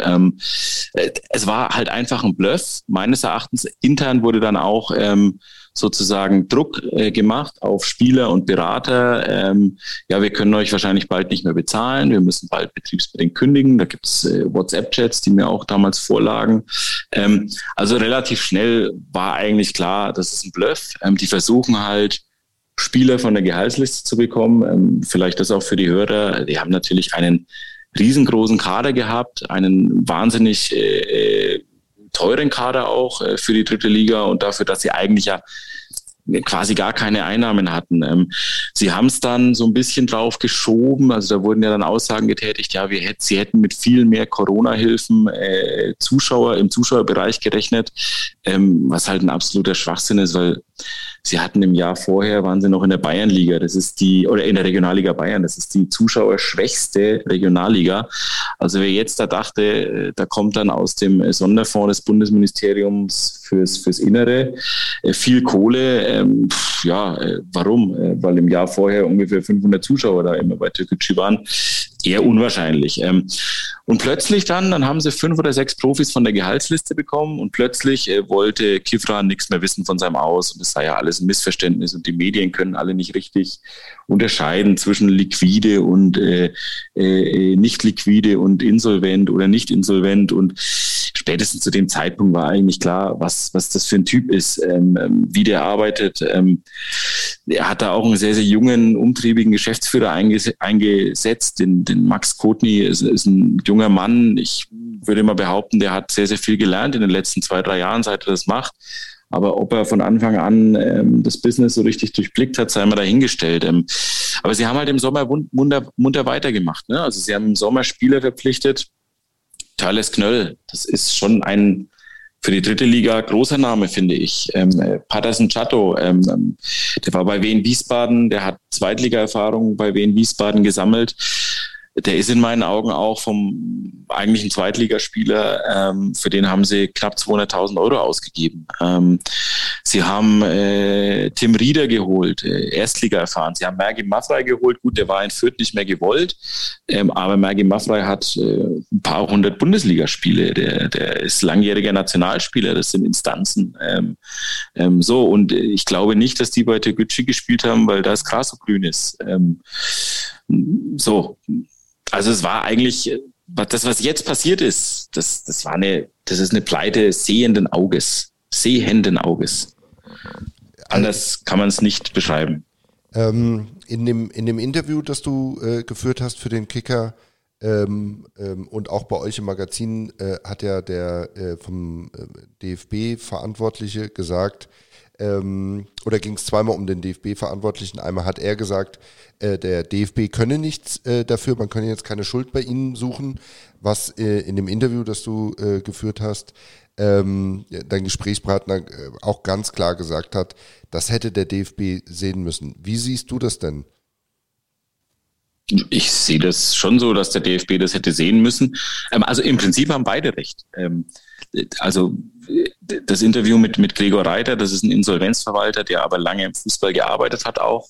Es war halt einfach ein Bluff. Meines Erachtens intern wurde dann auch sozusagen Druck gemacht auf Spieler und Berater. Wir können euch wahrscheinlich bald nicht mehr bezahlen. Wir müssen bald betriebsbedingt kündigen. Da gibt es WhatsApp-Chats, die mir auch damals vorlagen. Also relativ schnell war eigentlich klar, das ist ein Bluff. Die versuchen halt, Spieler von der Gehaltsliste zu bekommen. Vielleicht das auch für die Hörer. Die haben natürlich einen riesengroßen Kader gehabt, einen wahnsinnig teuren Kader auch für die dritte Liga und dafür, dass sie eigentlich ja quasi gar keine Einnahmen hatten. Sie haben es dann so ein bisschen drauf geschoben, also da wurden ja dann Aussagen getätigt, sie hätten mit viel mehr Corona-Hilfen Zuschauer im Zuschauerbereich gerechnet, was halt ein absoluter Schwachsinn ist, weil sie hatten im Jahr vorher, waren sie noch in der Bayernliga, oder in der Regionalliga Bayern, das ist die zuschauerschwächste Regionalliga. Also wer jetzt da dachte, da kommt dann aus dem Sonderfonds des Bundesministeriums fürs Innere viel Kohle, warum? Weil im Jahr vorher ungefähr 500 Zuschauer da immer bei Türkgücü waren. Eher unwahrscheinlich. Und plötzlich dann haben sie 5 oder 6 Profis von der Gehaltsliste bekommen und plötzlich wollte Kivran nichts mehr wissen von seinem Aus und es sei ja alles ein Missverständnis und die Medien können alle nicht richtig unterscheiden zwischen liquide und nicht liquide und insolvent oder nicht insolvent und spätestens zu dem Zeitpunkt war eigentlich klar, was das für ein Typ ist, wie der arbeitet. Er hat da auch einen sehr, sehr jungen, umtriebigen Geschäftsführer eingesetzt. Den Max Kotny ist ein junger Mann. Ich würde mal behaupten, der hat sehr, sehr viel gelernt in den letzten 2-3 Jahren, seit er das macht. Aber ob er von Anfang an das Business so richtig durchblickt hat, sei mal dahingestellt. Aber sie haben halt im Sommer munter weitergemacht. Ne? Also sie haben im Sommer Spieler verpflichtet. Thales Knöll, das ist schon ein für die dritte Liga großer Name, finde ich. Patterson Chatto, der war bei Wien Wiesbaden, der hat Zweitliga-Erfahrung bei Wien Wiesbaden gesammelt. Der ist in meinen Augen auch vom eigentlichen Zweitligaspieler, für den haben sie knapp 200.000 Euro ausgegeben. Sie haben Tim Rieder geholt, Erstliga erfahren. Sie haben Mergi Maffrey geholt. Gut, der war in Fürth nicht mehr gewollt, aber Mergi Maffrey hat ein paar hundert Bundesligaspiele. Der ist langjähriger Nationalspieler. Das sind Instanzen. Und ich glaube nicht, dass die bei Türkgücü gespielt haben, weil da das Gras so grün ist. Also es war eigentlich, das, was jetzt passiert ist, das ist eine Pleite sehenden Auges. Anders kann man es nicht beschreiben. In dem Interview, das du geführt hast für den Kicker und auch bei euch im Magazin, hat ja der vom DFB Verantwortliche gesagt, Oder ging es zweimal um den DFB-Verantwortlichen? Einmal hat er gesagt, der DFB könne nichts dafür, man könne jetzt keine Schuld bei ihnen suchen, was in dem Interview, das du geführt hast, dein Gesprächspartner auch ganz klar gesagt hat, das hätte der DFB sehen müssen. Wie siehst du das denn? Ich sehe das schon so, dass der DFB das hätte sehen müssen. Also im Prinzip haben beide recht. Also das Interview mit Gregor Reiter, das ist ein Insolvenzverwalter, der aber lange im Fußball gearbeitet hat auch.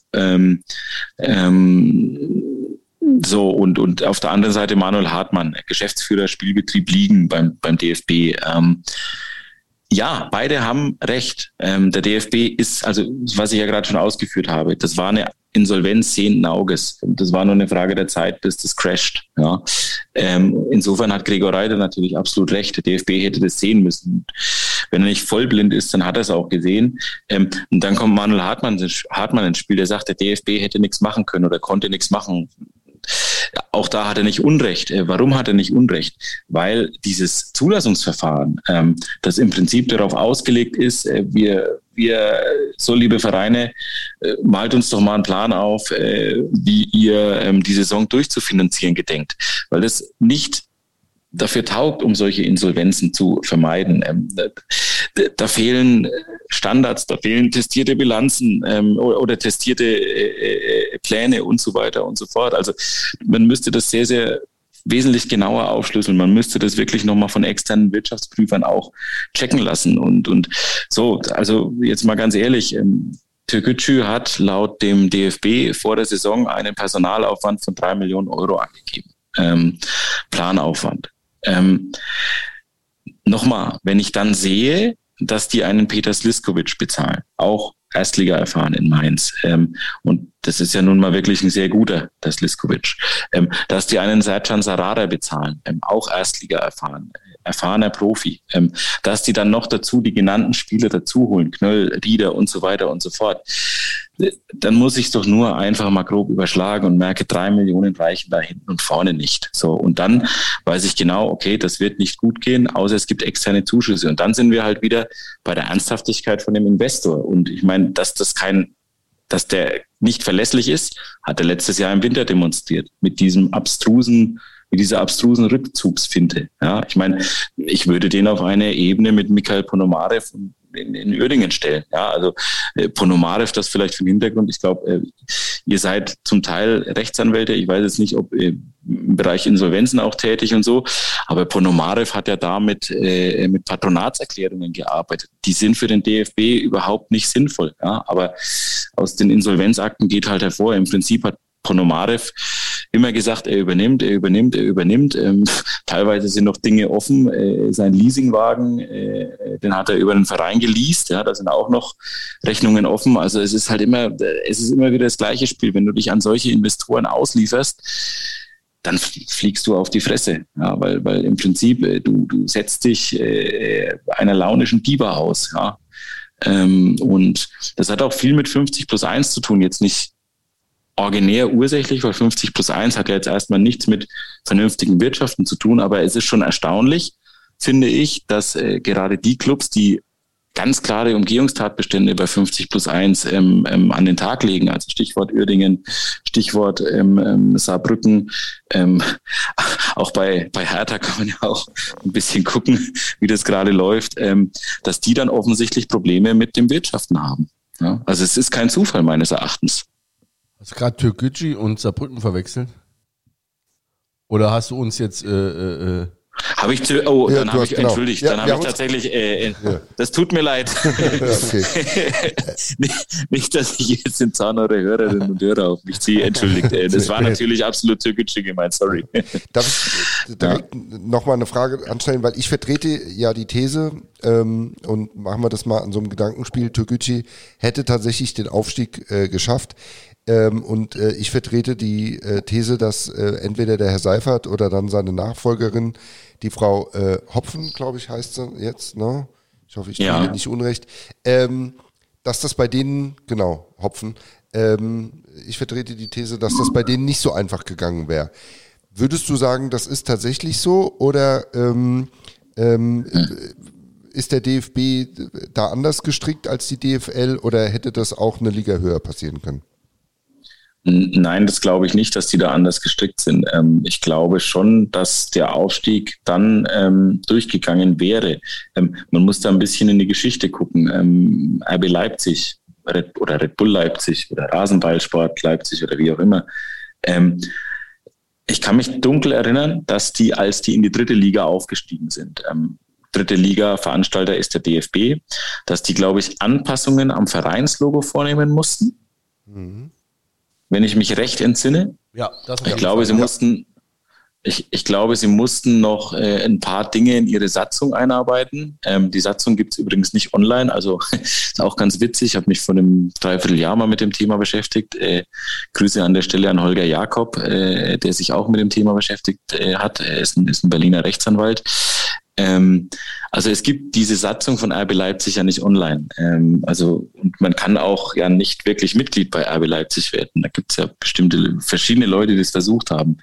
So, und auf der anderen Seite Manuel Hartmann, Geschäftsführer Spielbetrieb Ligen beim DFB. Ja, beide haben recht. Der DFB ist, also was ich ja gerade schon ausgeführt habe, das war eine Insolvenz sehenden Auges. Das war nur eine Frage der Zeit, bis das crasht. Ja. Insofern hat Gregor Reiter natürlich absolut recht. Der DFB hätte das sehen müssen. Wenn er nicht vollblind ist, dann hat er es auch gesehen. Und dann kommt Manuel Hartmann ins Spiel, der sagt, der DFB hätte nichts machen können oder konnte nichts machen. Auch da hat er nicht Unrecht. Warum hat er nicht Unrecht? Weil dieses Zulassungsverfahren, das im Prinzip darauf ausgelegt ist, so liebe Vereine, malt uns doch mal einen Plan auf, wie ihr die Saison durchzufinanzieren gedenkt. Weil das nicht dafür taugt, um solche Insolvenzen zu vermeiden. Da fehlen Standards, da fehlen testierte Bilanzen oder testierte Pläne und so weiter und so fort. Also man müsste das sehr, sehr wesentlich genauer aufschlüsseln. Man müsste das wirklich nochmal von externen Wirtschaftsprüfern auch checken lassen. Und so, also jetzt mal ganz ehrlich, Türkgücü hat laut dem DFB vor der Saison einen Personalaufwand von 3 Millionen Euro angegeben. Planaufwand. Nochmal, wenn ich dann sehe, dass die einen Peter Sliskovic bezahlen, auch Erstliga erfahren in Mainz. Und das ist ja nun mal wirklich ein sehr guter, der Sliskovic. Dass die einen Sercan Sarada bezahlen, auch Erstliga erfahrener Profi. Dass die dann noch dazu die genannten Spieler dazuholen, Knöll, Rieder und so weiter und so fort. Dann muss ich es doch nur einfach mal grob überschlagen und merke, 3 Millionen reichen da hinten und vorne nicht. So, und dann weiß ich genau, okay, das wird nicht gut gehen, außer es gibt externe Zuschüsse. Und dann sind wir halt wieder bei der Ernsthaftigkeit von dem Investor. Und ich meine, dass der nicht verlässlich ist, hat er letztes Jahr im Winter demonstriert mit dieser abstrusen Rückzugsfinte. Ja, ich meine, ich würde den auf eine Ebene mit Mikhail Ponomarev in Uerdingen stellen. Ja, also Ponomarev, das vielleicht vom Hintergrund. Ich glaube, ihr seid zum Teil Rechtsanwälte. Ich weiß jetzt nicht, ob im Bereich Insolvenzen auch tätig und so. Aber Ponomarev hat ja da mit Patronatserklärungen gearbeitet. Die sind für den DFB überhaupt nicht sinnvoll. Ja, aber aus den Insolvenzakten geht halt hervor, im Prinzip hat Ponomarev immer gesagt, er übernimmt. Teilweise sind noch Dinge offen. Sein Leasingwagen, den hat er über den Verein geleast. Ja, da sind auch noch Rechnungen offen. Also es ist immer wieder das gleiche Spiel. Wenn du dich an solche Investoren auslieferst, dann fliegst du auf die Fresse. Ja, weil im Prinzip du setzt dich einer launischen Biber aus. Ja. Und das hat auch viel mit 50+1 zu tun. Jetzt nicht originär ursächlich, weil 50+1 hat ja jetzt erstmal nichts mit vernünftigen Wirtschaften zu tun, aber es ist schon erstaunlich, finde ich, dass gerade die Clubs, die ganz klare Umgehungstatbestände bei 50+1 an den Tag legen, also Stichwort Uerdingen, Stichwort Saarbrücken, auch bei Hertha kann man ja auch ein bisschen gucken, wie das gerade läuft, dass die dann offensichtlich Probleme mit dem Wirtschaften haben. Ja? Also es ist kein Zufall meines Erachtens. Hast du gerade Türkgücü und Saarbrücken verwechselt? Oder hast du uns jetzt... Habe ich, entschuldigt, ja, dann habe ich tatsächlich, das tut mir leid. nicht, dass ich jetzt den Zahn eurer Hörerinnen und Hörer auf mich ziehe, entschuldigt. Das war natürlich absolut Türkgücü gemeint, sorry. Darf ich direkt nochmal eine Frage anstellen, weil ich vertrete ja die These, und machen wir das mal an so einem Gedankenspiel, Türkgücü hätte tatsächlich den Aufstieg geschafft. Und ich vertrete die These, dass entweder der Herr Seifert oder dann seine Nachfolgerin, die Frau Hopfen, glaube ich, heißt sie jetzt, ne? Ich hoffe, ich tue nicht unrecht, dass das bei denen, genau, Hopfen, ich vertrete die These, dass das bei denen nicht so einfach gegangen wäre. Würdest du sagen, das ist tatsächlich so oder ist der DFB da anders gestrickt als die DFL oder hätte das auch eine Liga höher passieren können? Nein, das glaube ich nicht, dass die da anders gestrickt sind. Ich glaube schon, dass der Aufstieg dann durchgegangen wäre. Man muss da ein bisschen in die Geschichte gucken. RB Leipzig oder Red Bull Leipzig oder Rasenballsport Leipzig oder wie auch immer. Ich kann mich dunkel erinnern, dass die, als die in die dritte Liga aufgestiegen sind, dritte Liga Veranstalter ist der DFB, dass die, glaube ich, Anpassungen am Vereinslogo vornehmen mussten. Mhm. Wenn ich mich recht entsinne. Ja, das ich glaube, sie mussten noch ein paar Dinge in ihre Satzung einarbeiten. Die Satzung gibt es übrigens nicht online, also ist auch ganz witzig. Ich habe mich vor einem Dreivierteljahr mal mit dem Thema beschäftigt. Grüße an der Stelle an Holger Jakob, der sich auch mit dem Thema beschäftigt hat. Er ist ein Berliner Rechtsanwalt. Also es gibt diese Satzung von RB Leipzig ja nicht online. Und man kann auch ja nicht wirklich Mitglied bei RB Leipzig werden. Da gibt es ja verschiedene Leute, die es versucht haben.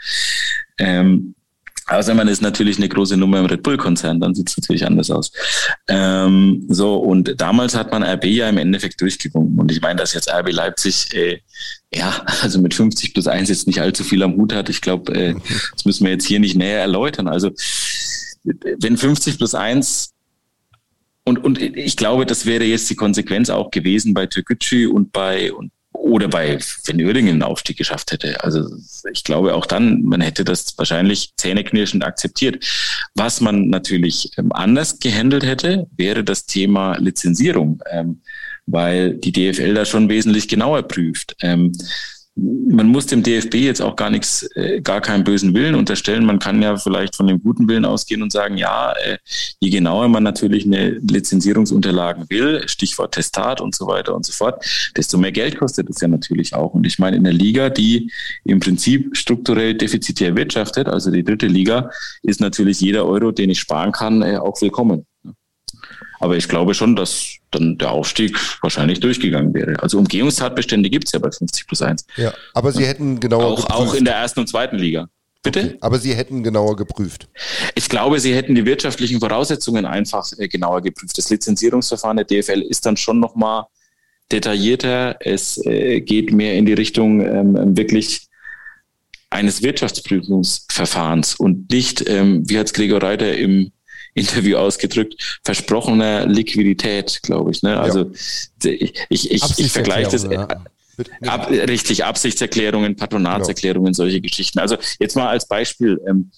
Außer man ist natürlich eine große Nummer im Red Bull-Konzern, dann sieht es natürlich anders aus. Und damals hat man RB ja im Endeffekt durchgewunken. Und ich meine, dass jetzt RB Leipzig also mit 50+1 jetzt nicht allzu viel am Hut hat. Ich glaube, das müssen wir jetzt hier nicht näher erläutern. Also wenn 50+1 und ich glaube, das wäre jetzt die Konsequenz auch gewesen bei Türkgücü oder bei, wenn Uerdingen einen Aufstieg geschafft hätte. Also ich glaube auch dann, man hätte das wahrscheinlich zähneknirschend akzeptiert. Was man natürlich anders gehandelt hätte, wäre das Thema Lizenzierung, weil die DFL da schon wesentlich genauer prüft. Man muss dem DFB jetzt auch gar keinen bösen Willen unterstellen. Man kann ja vielleicht von dem guten Willen ausgehen und sagen, je genauer man natürlich eine Lizenzierungsunterlagen will, Stichwort Testat und so weiter und so fort, desto mehr Geld kostet es ja natürlich auch. Und ich meine, in der Liga, die im Prinzip strukturell defizitär wirtschaftet, also die dritte Liga, ist natürlich jeder Euro, den ich sparen kann, auch willkommen. Aber ich glaube schon, dass dann der Aufstieg wahrscheinlich durchgegangen wäre. Also Umgehungstatbestände gibt es ja bei 50+1. Ja, aber sie hätten genauer geprüft. Auch in der ersten und zweiten Liga. Bitte? Okay, aber sie hätten genauer geprüft. Ich glaube, sie hätten die wirtschaftlichen Voraussetzungen einfach genauer geprüft. Das Lizenzierungsverfahren der DFL ist dann schon nochmal detaillierter. Es geht mehr in die Richtung wirklich eines Wirtschaftsprüfungsverfahrens und nicht, wie hat es Gregor Reiter im Interview ausgedrückt, versprochener Liquidität, glaube ich. Ne? Also ich vergleiche das. Richtig, Absichtserklärungen, Patronatserklärungen, solche Geschichten. Also jetzt mal als Beispiel,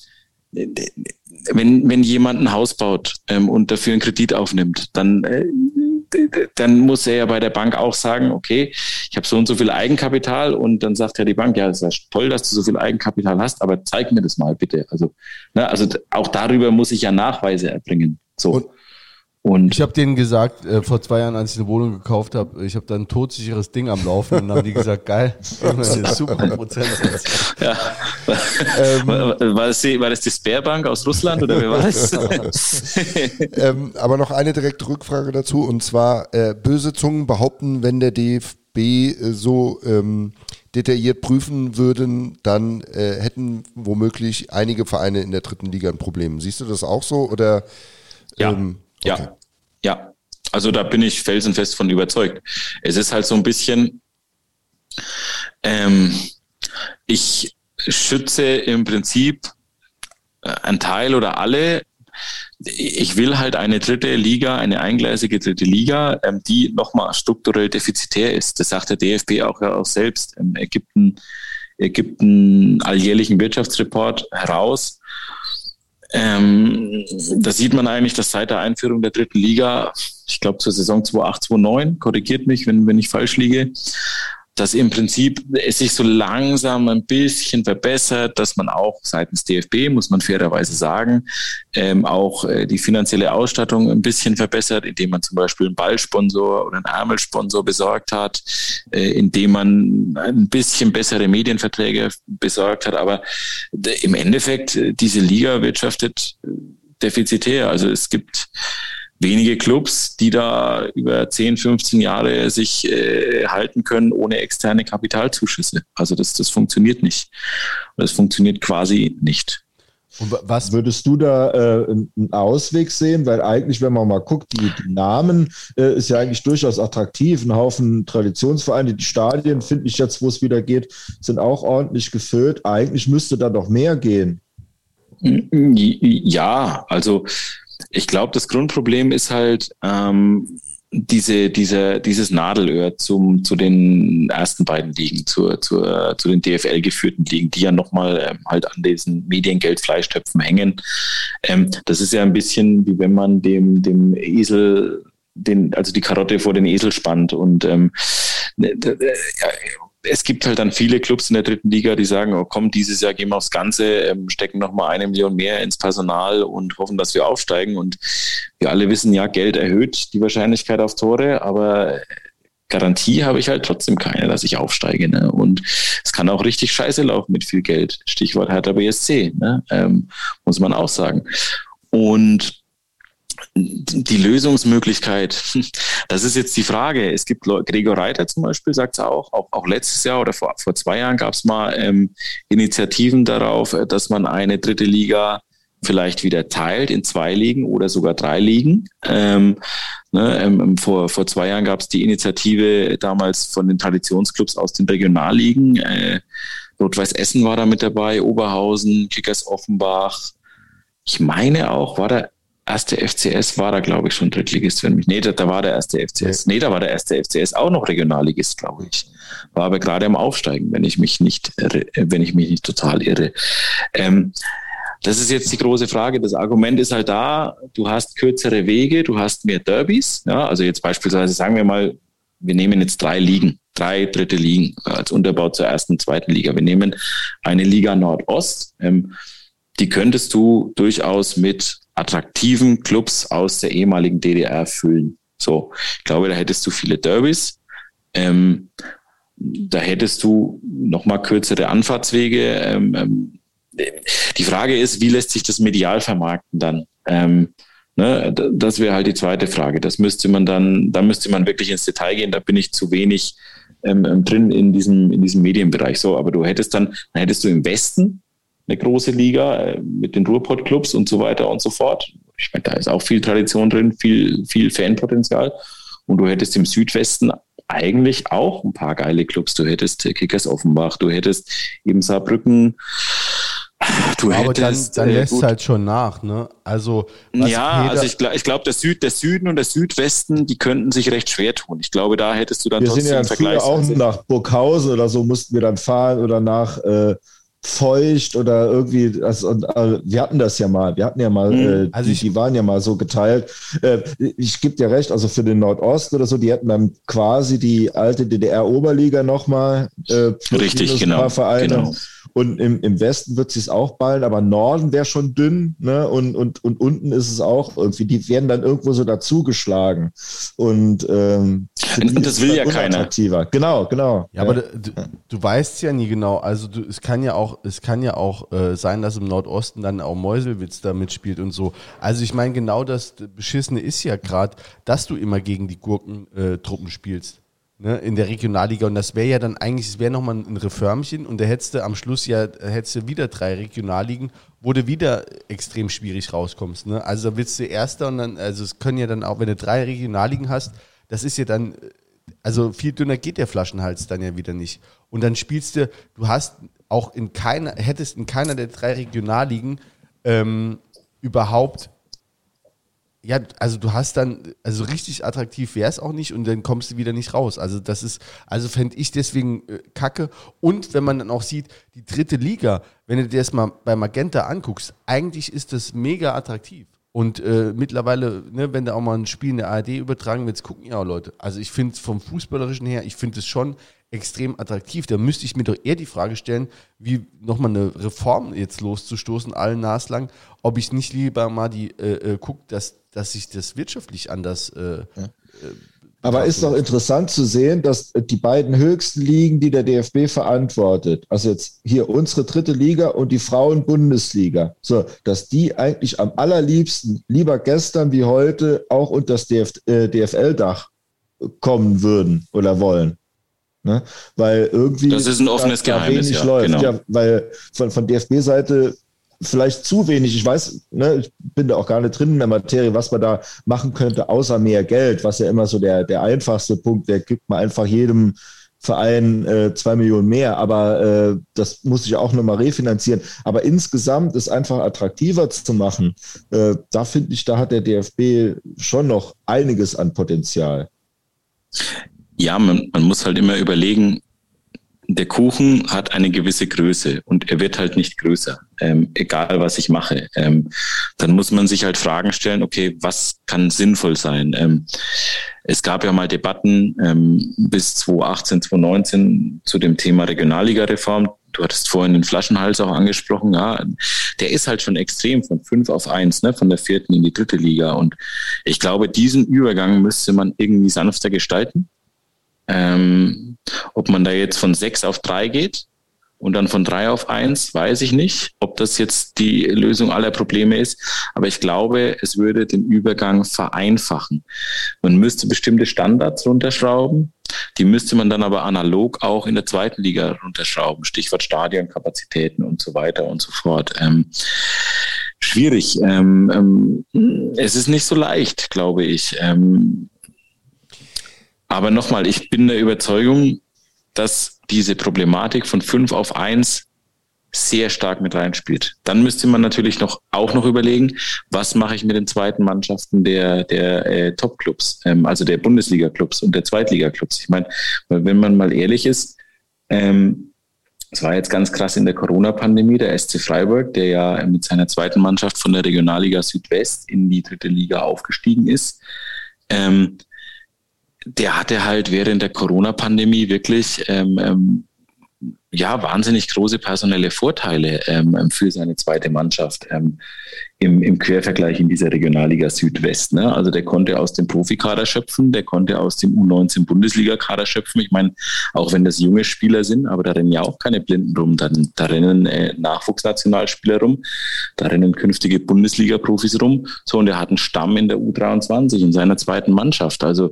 wenn jemand ein Haus baut und dafür einen Kredit aufnimmt, dann muss er ja bei der Bank auch sagen, okay, ich habe so und so viel Eigenkapital, und dann sagt ja die Bank, ja, das ist ja toll, dass du so viel Eigenkapital hast, aber zeig mir das mal bitte. Also auch darüber muss ich ja Nachweise erbringen. So. Und ich habe denen gesagt, vor 2 Jahren, als ich eine Wohnung gekauft habe, ich habe da ein todsicheres Ding am Laufen, und dann haben die gesagt, geil, super Prozentsatz. Ja. War das die Sberbank aus Russland oder wer war das? Aber noch eine direkte Rückfrage dazu, und zwar böse Zungen behaupten, wenn der DFB so detailliert prüfen würden, dann hätten womöglich einige Vereine in der dritten Liga ein Problem. Siehst du das auch so oder? Ja. Okay. Ja, also da bin ich felsenfest von überzeugt. Es ist halt so ein bisschen, ich schütze im Prinzip einen Teil oder alle. Ich will halt eine dritte Liga, eine eingleisige dritte Liga, die nochmal strukturell defizitär ist. Das sagt der DFB auch selbst. Er gibt einen alljährlichen Wirtschaftsreport heraus. Da sieht man eigentlich, dass seit der Einführung der dritten Liga, ich glaube zur Saison 2008/2009, korrigiert mich, wenn ich falsch liege, dass im Prinzip es sich so langsam ein bisschen verbessert, dass man auch seitens DFB, muss man fairerweise sagen, auch die finanzielle Ausstattung ein bisschen verbessert, indem man zum Beispiel einen Ballsponsor oder einen Ärmelsponsor besorgt hat, indem man ein bisschen bessere Medienverträge besorgt hat. Aber im Endeffekt, diese Liga wirtschaftet defizitär. Also es gibt wenige Clubs, die da über 10, 15 Jahre sich halten können ohne externe Kapitalzuschüsse. Also das funktioniert nicht. Das funktioniert quasi nicht. Und was würdest du da einen Ausweg sehen? Weil eigentlich, wenn man mal guckt, die Namen ist ja eigentlich durchaus attraktiv. Ein Haufen Traditionsvereine, die Stadien, finde ich jetzt, wo es wieder geht, sind auch ordentlich gefüllt. Eigentlich müsste da doch mehr gehen. Ja, also ich glaube, das Grundproblem ist halt dieses Nadelöhr zu den ersten beiden Ligen, zu den DFL geführten Ligen, die ja nochmal halt an diesen Mediengeldfleischtöpfen hängen. Das ist ja ein bisschen wie wenn man dem Esel die Karotte vor den Esel spannt und es gibt halt dann viele Clubs in der dritten Liga, die sagen, oh komm, dieses Jahr gehen wir aufs Ganze, stecken nochmal 1 Million mehr ins Personal und hoffen, dass wir aufsteigen. Und wir alle wissen, ja, Geld erhöht die Wahrscheinlichkeit auf Tore, aber Garantie habe ich halt trotzdem keine, dass ich aufsteige. Ne? Und es kann auch richtig scheiße laufen mit viel Geld. Stichwort Hertha BSC, ne? Muss man auch sagen. Und die Lösungsmöglichkeit, das ist jetzt die Frage. Es gibt Gregor Reiter zum Beispiel, sagt es auch letztes Jahr oder vor 2 Jahren gab es mal Initiativen darauf, dass man eine dritte Liga vielleicht wieder teilt in 2 Ligen oder sogar 3 Ligen. Vor 2 Jahren gab es die Initiative damals von den Traditionsclubs aus den Regionalligen. Rot-Weiß Essen war da mit dabei, Oberhausen, Kickers Offenbach. Ich meine auch, war der erste FCS war da, glaube ich, schon Drittligist. Da war der erste FCS. Nee, da war der erste FCS auch noch Regionalligist, glaube ich. War aber gerade am Aufsteigen, wenn ich mich nicht total irre. Das ist jetzt die große Frage. Das Argument ist halt da, du hast kürzere Wege, du hast mehr Derbys. Ja, also jetzt beispielsweise sagen wir mal, wir nehmen jetzt 3 Ligen, 3 dritte Ligen als Unterbau zur ersten, zweiten Liga. Wir nehmen eine Liga Nordost. Die könntest du durchaus mit attraktiven Clubs aus der ehemaligen DDR füllen. So, ich glaube, da hättest du viele Derbys. Da hättest du nochmal kürzere Anfahrtswege. Die Frage ist, wie lässt sich das medial vermarkten dann? Das wäre halt die zweite Frage. Da müsste man wirklich ins Detail gehen. Da bin ich zu wenig drin in diesem Medienbereich. So, aber dann hättest du im Westen eine große Liga mit den Ruhrpott-Clubs und so weiter und so fort. Ich meine, da ist auch viel Tradition drin, viel Fanpotenzial. Und du hättest im Südwesten eigentlich auch ein paar geile Clubs. Du hättest Kickers Offenbach, du hättest eben Saarbrücken. Aber dann lässt es halt schon nach, ne? Also ich glaube, der Süden und der Südwesten, die könnten sich recht schwer tun. Ich glaube, da hättest du dann trotzdem einen Vergleich. Wir sind ja früher auch nach Burghausen oder so mussten wir dann fahren oder nach Feucht oder irgendwie, wir hatten das ja mal, die waren ja mal so geteilt. Ich gebe dir recht, also für den Nordosten oder so, die hätten dann quasi die alte DDR-Oberliga nochmal. Richtig, genau. Ein paar Vereine. Genau. Und im Westen wird es auch ballen, aber Norden wäre schon dünn, ne? Und unten ist es auch irgendwie, die werden dann irgendwo so dazugeschlagen. Und das will ja keiner. Genau. Ja, aber du weißt ja nie genau. Also es kann ja auch sein, dass im Nordosten dann auch Meuselwitz da mitspielt und so. Also ich meine, genau das Beschissene ist ja gerade, dass du immer gegen die Gurkentruppen spielst. Ne, in der Regionalliga, und das wäre ja dann eigentlich, es wäre nochmal ein Reformchen und da hättest du am Schluss hättest du wieder 3 Regionalligen, wo du wieder extrem schwierig rauskommst. Ne? Also da willst du Erster und dann, also es können ja dann auch, wenn du 3 Regionalligen hast, das ist ja dann, also viel dünner geht der Flaschenhals dann ja wieder nicht. Und dann spielst du hast auch hättest in keiner der 3 Regionalligen überhaupt. Ja, also du hast dann, also richtig attraktiv wäre es auch nicht und dann kommst du wieder nicht raus. Also fände ich deswegen kacke. Und wenn man dann auch sieht, die dritte Liga, wenn du dir das mal bei Magenta anguckst, eigentlich ist das mega attraktiv. Und mittlerweile, ne, wenn da auch mal ein Spiel in der ARD übertragen wird, gucken ja auch Leute. Also ich finde es vom Fußballerischen her, ich finde es schon extrem attraktiv. Da müsste ich mir doch eher die Frage stellen, wie nochmal eine Reform jetzt loszustoßen, allen naslang, ob ich nicht lieber mal gucke, dass sich das wirtschaftlich anders aber ist doch interessant zu sehen, dass die beiden höchsten Ligen, die der DFB verantwortet, also jetzt hier unsere dritte Liga und die Frauen-Bundesliga, so, dass die eigentlich am allerliebsten, lieber gestern wie heute, auch unter das DFL-Dach kommen würden oder wollen. Ne? Weil irgendwie das ist ein offenes Geheimnis, läuft. Genau. Ja, weil von DFB-Seite vielleicht zu wenig. Ich weiß, ne, ich bin da auch gar nicht drin in der Materie, was man da machen könnte, außer mehr Geld, was ja immer so der einfachste Punkt, der gibt man einfach jedem Verein 2 Millionen mehr, aber das muss ich auch nochmal refinanzieren. Aber insgesamt ist einfach attraktiver zu machen. Da finde ich, da hat der DFB schon noch einiges an Potenzial. Ja, man muss halt immer überlegen, der Kuchen hat eine gewisse Größe und er wird halt nicht größer, egal was ich mache. Dann muss man sich halt Fragen stellen, okay, was kann sinnvoll sein? Es gab ja mal Debatten bis 2018, 2019 zu dem Thema Regionalliga-Reform. Du hattest vorhin den Flaschenhals auch angesprochen. Ja, der ist halt schon extrem von 5 auf 1, ne, von der 4. in die 3. Liga. Und ich glaube, diesen Übergang müsste man irgendwie sanfter gestalten. Ob man da jetzt von 6 auf 3 geht und dann von 3 auf 1, weiß ich nicht, ob das jetzt die Lösung aller Probleme ist. Aber ich glaube, es würde den Übergang vereinfachen. Man müsste bestimmte Standards runterschrauben. Die müsste man dann aber analog auch in der 2. Liga runterschrauben. Stichwort Stadionkapazitäten und so weiter und so fort. Schwierig. Es ist nicht so leicht, glaube ich. Aber nochmal, ich bin der Überzeugung, dass diese Problematik von 5 auf 1 sehr stark mit reinspielt. Dann müsste man natürlich auch noch überlegen, was mache ich mit den zweiten Mannschaften der Top-Clubs, also der Bundesliga-Clubs und der Zweitliga-Clubs. Ich meine, wenn man mal ehrlich ist, es war jetzt ganz krass in der Corona-Pandemie, der SC Freiburg, der ja mit seiner zweiten Mannschaft von der Regionalliga Südwest in die 3. Liga aufgestiegen ist, der hatte halt während der Corona-Pandemie wirklich wahnsinnig große personelle Vorteile für seine zweite Mannschaft im Quervergleich in dieser Regionalliga Südwest. Ne? Also der konnte aus dem Profikader schöpfen, der konnte aus dem U19-Bundesliga-Kader schöpfen. Ich meine, auch wenn das junge Spieler sind, aber da rennen ja auch keine Blinden rum, da rennen Nachwuchsnationalspieler rum, da rennen künftige Bundesliga-Profis rum. So, und er hat einen Stamm in der U23 in seiner zweiten Mannschaft. Also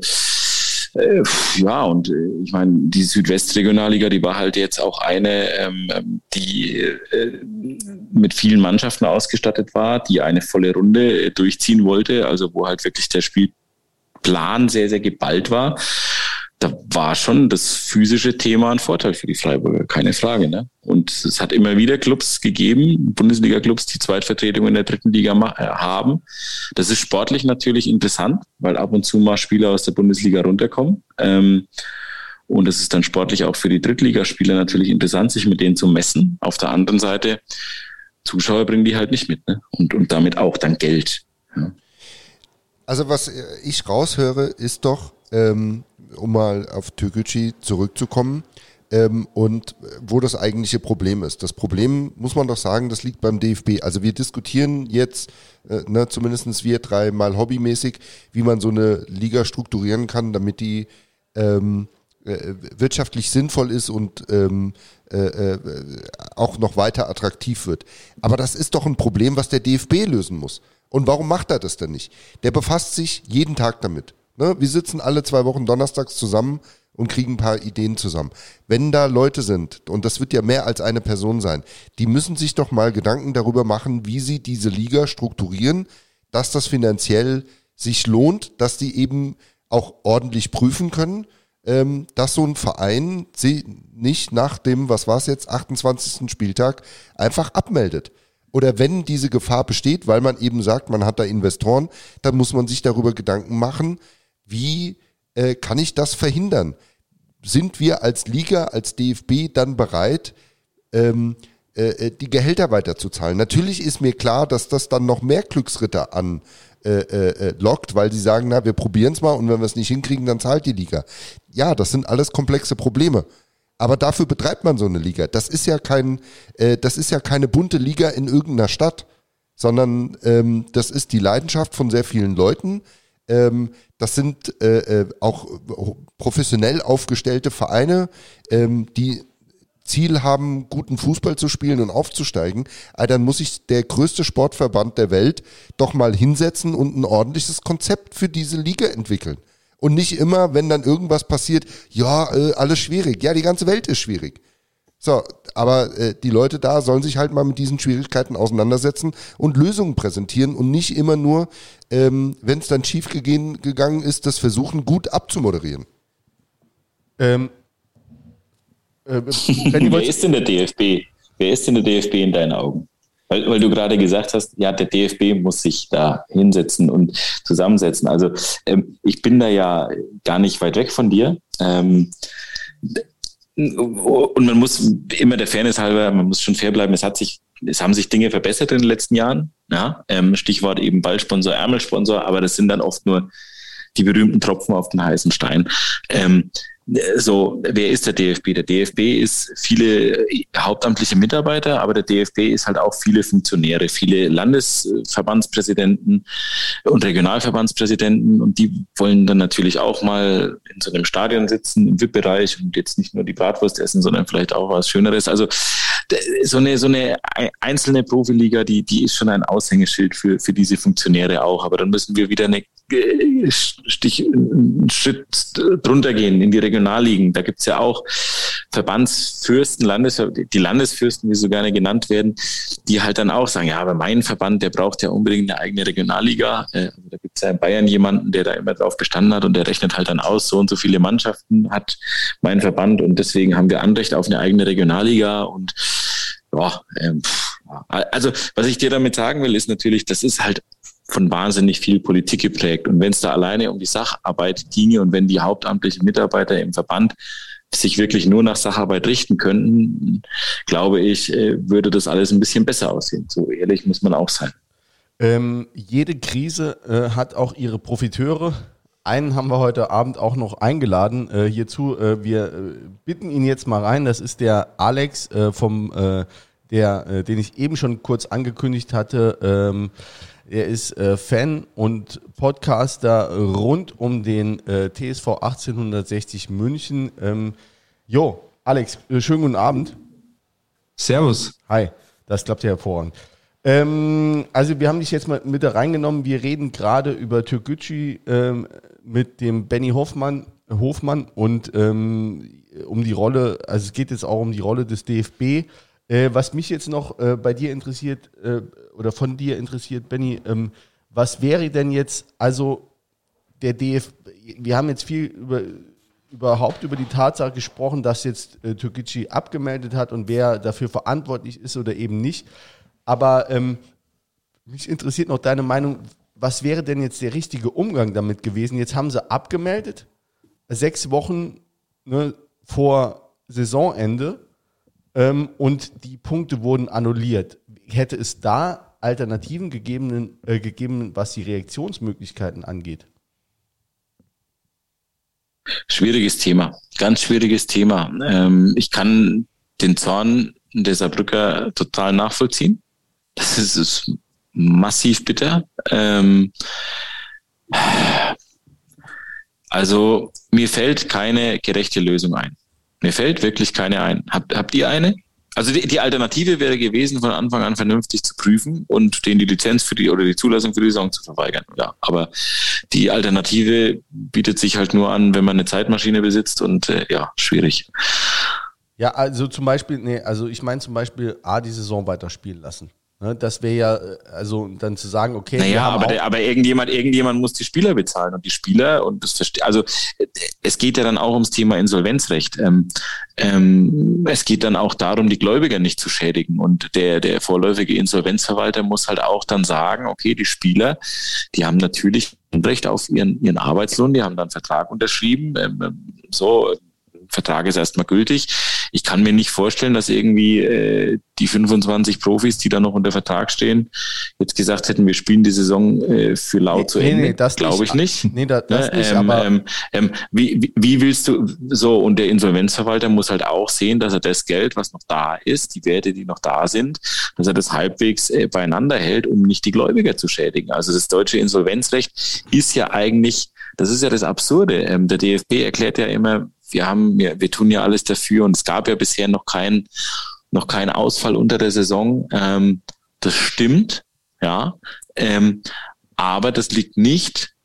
und ich meine, die Südwestregionalliga, die war halt jetzt auch eine, die mit vielen Mannschaften ausgestattet war, die eine volle Runde durchziehen wollte, also wo halt wirklich der Spielplan sehr, sehr geballt war. Da war schon das physische Thema ein Vorteil für die Freiburger, keine Frage. Ne? Und es hat immer wieder Clubs gegeben, Bundesliga-Clubs, die Zweitvertretung in der 3. Liga haben. Das ist sportlich natürlich interessant, weil ab und zu mal Spieler aus der Bundesliga runterkommen. Und es ist dann sportlich auch für die Drittligaspieler natürlich interessant, sich mit denen zu messen. Auf der anderen Seite, Zuschauer bringen die halt nicht mit. Ne? Und damit auch dann Geld. Ja. Also was ich raushöre, ist doch, um mal auf Türkgücü zurückzukommen, und wo das eigentliche Problem ist. Das Problem, muss man doch sagen, das liegt beim DFB. Also wir diskutieren jetzt, zumindest wir 3 mal hobbymäßig, wie man so eine Liga strukturieren kann, damit die wirtschaftlich sinnvoll ist und auch noch weiter attraktiv wird. Aber das ist doch ein Problem, was der DFB lösen muss. Und warum macht er das denn nicht? Der befasst sich jeden Tag damit. Ne? Wir sitzen alle 2 Wochen donnerstags zusammen und kriegen ein paar Ideen zusammen. Wenn da Leute sind, und das wird ja mehr als eine Person sein, die müssen sich doch mal Gedanken darüber machen, wie sie diese Liga strukturieren, dass das finanziell sich lohnt, dass die eben auch ordentlich prüfen können, dass so ein Verein sie nicht nach dem, 28. Spieltag einfach abmeldet. Oder wenn diese Gefahr besteht, weil man eben sagt, man hat da Investoren, dann muss man sich darüber Gedanken machen, wie kann ich das verhindern? Sind wir als Liga, als DFB dann bereit, die Gehälter weiterzuzahlen? Natürlich ist mir klar, dass das dann noch mehr Glücksritter anlockt, weil sie sagen, na, wir probieren es mal und wenn wir es nicht hinkriegen, dann zahlt die Liga. Ja, das sind alles komplexe Probleme. Aber dafür betreibt man so eine Liga. Das ist ja keine bunte Liga in irgendeiner Stadt, sondern das ist die Leidenschaft von sehr vielen Leuten. Das sind auch professionell aufgestellte Vereine, die Ziel haben, guten Fußball zu spielen und aufzusteigen. Dann muss sich der größte Sportverband der Welt doch mal hinsetzen und ein ordentliches Konzept für diese Liga entwickeln. Und nicht immer, wenn dann irgendwas passiert, alles schwierig. Ja, die ganze Welt ist schwierig. So, aber die Leute da sollen sich halt mal mit diesen Schwierigkeiten auseinandersetzen und Lösungen präsentieren und nicht immer nur, wenn es dann schief gegangen ist, das versuchen gut abzumoderieren. Wer ist denn der DFB? Wer ist denn der DFB in deinen Augen? Weil du gerade gesagt hast, ja, der DFB muss sich da hinsetzen und zusammensetzen. Also ich bin da ja gar nicht weit weg von dir. Und man muss immer der Fairness halber, man muss schon fair bleiben. Es haben sich Dinge verbessert in den letzten Jahren. Ja? Stichwort eben Ballsponsor, Ärmelsponsor, aber das sind dann oft nur die berühmten Tropfen auf den heißen Stein. Wer ist der DFB? Der DFB ist viele hauptamtliche Mitarbeiter, aber der DFB ist halt auch viele Funktionäre, viele Landesverbandspräsidenten und Regionalverbandspräsidenten, und die wollen dann natürlich auch mal in so einem Stadion sitzen, im VIP-Bereich, und jetzt nicht nur die Bratwurst essen, sondern vielleicht auch was Schöneres. Also so eine einzelne Profiliga, die ist schon ein Aushängeschild für diese Funktionäre auch, aber dann müssen wir wieder einen Schritt drunter gehen in die Regionalligen. Da gibt's ja auch Verbandsfürsten, die Landesfürsten, wie so gerne genannt werden, die halt dann auch sagen, ja, aber mein Verband, der braucht ja unbedingt eine eigene Regionalliga. Da gibt's ja in Bayern jemanden, der da immer drauf bestanden hat, und der rechnet halt dann aus, so und so viele Mannschaften hat mein Verband, und deswegen haben wir Anrecht auf eine eigene Regionalliga. Und also was ich dir damit sagen will, ist natürlich, das ist halt von wahnsinnig viel Politik geprägt. Und wenn es da alleine um die Sacharbeit ginge und wenn die hauptamtlichen Mitarbeiter im Verband sich wirklich nur nach Sacharbeit richten könnten, glaube ich, würde das alles ein bisschen besser aussehen. So ehrlich muss man auch sein. Jede Krise hat auch ihre Profiteure. Einen haben wir heute Abend auch noch eingeladen hierzu. Wir bitten ihn jetzt mal rein. Das ist der Alex den ich eben schon kurz angekündigt hatte. Er ist Fan und Podcaster rund um den TSV 1860 München. Alex, schönen guten Abend. Servus. Hi, das klappt ja hervorragend. Also wir haben dich jetzt mal mit da reingenommen. Wir reden gerade über Türkgücü mit dem Benny Hofmann und um die Rolle, also es geht jetzt auch um die Rolle des DFB. Was mich jetzt noch bei dir interessiert oder von dir interessiert, Benny, was wäre denn jetzt, also der DFB, wir haben jetzt viel überhaupt über die Tatsache gesprochen, dass jetzt Türkgücü abgemeldet hat und wer dafür verantwortlich ist oder eben nicht, aber mich interessiert noch deine Meinung, was wäre denn jetzt der richtige Umgang damit gewesen? Jetzt haben sie abgemeldet, 6 Wochen vor Saisonende, und die Punkte wurden annulliert. Hätte es da Alternativen gegeben, was die Reaktionsmöglichkeiten angeht? Schwieriges Thema, ganz schwieriges Thema. Ich kann den Zorn der Saarbrücker total nachvollziehen. Das ist massiv bitter. Also mir fällt keine gerechte Lösung ein. Mir fällt wirklich keine ein. Habt ihr eine? Also die Alternative wäre gewesen, von Anfang an vernünftig zu prüfen und denen die Lizenz oder die Zulassung für die Saison zu verweigern. Ja, aber die Alternative bietet sich halt nur an, wenn man eine Zeitmaschine besitzt, und schwierig. Ja, also ich meine zum Beispiel die Saison weiterspielen lassen. Das wäre ja, also dann zu sagen, okay. Naja, aber irgendjemand muss die Spieler bezahlen, und die Spieler, und also es geht ja dann auch ums Thema Insolvenzrecht. Es geht dann auch darum, die Gläubiger nicht zu schädigen, und der vorläufige Insolvenzverwalter muss halt auch dann sagen, okay, die Spieler, die haben natürlich ein Recht auf ihren Arbeitslohn, die haben dann einen Vertrag unterschrieben, Vertrag ist erstmal gültig. Ich kann mir nicht vorstellen, dass irgendwie die 25 Profis, die da noch unter Vertrag stehen, jetzt gesagt hätten, wir spielen die Saison für lau zu Ende. Nee, das glaube ich nicht. Nee, das nicht, aber wie willst du so? Und der Insolvenzverwalter muss halt auch sehen, dass er das Geld, was noch da ist, die Werte, die noch da sind, dass er das halbwegs beieinander hält, um nicht die Gläubiger zu schädigen. Also das deutsche Insolvenzrecht ist ja eigentlich, das ist ja das Absurde. Der DFB erklärt ja immer, wir tun ja alles dafür, und es gab ja bisher noch keinen Ausfall unter der Saison. Das stimmt, ja. Aber das liegt nicht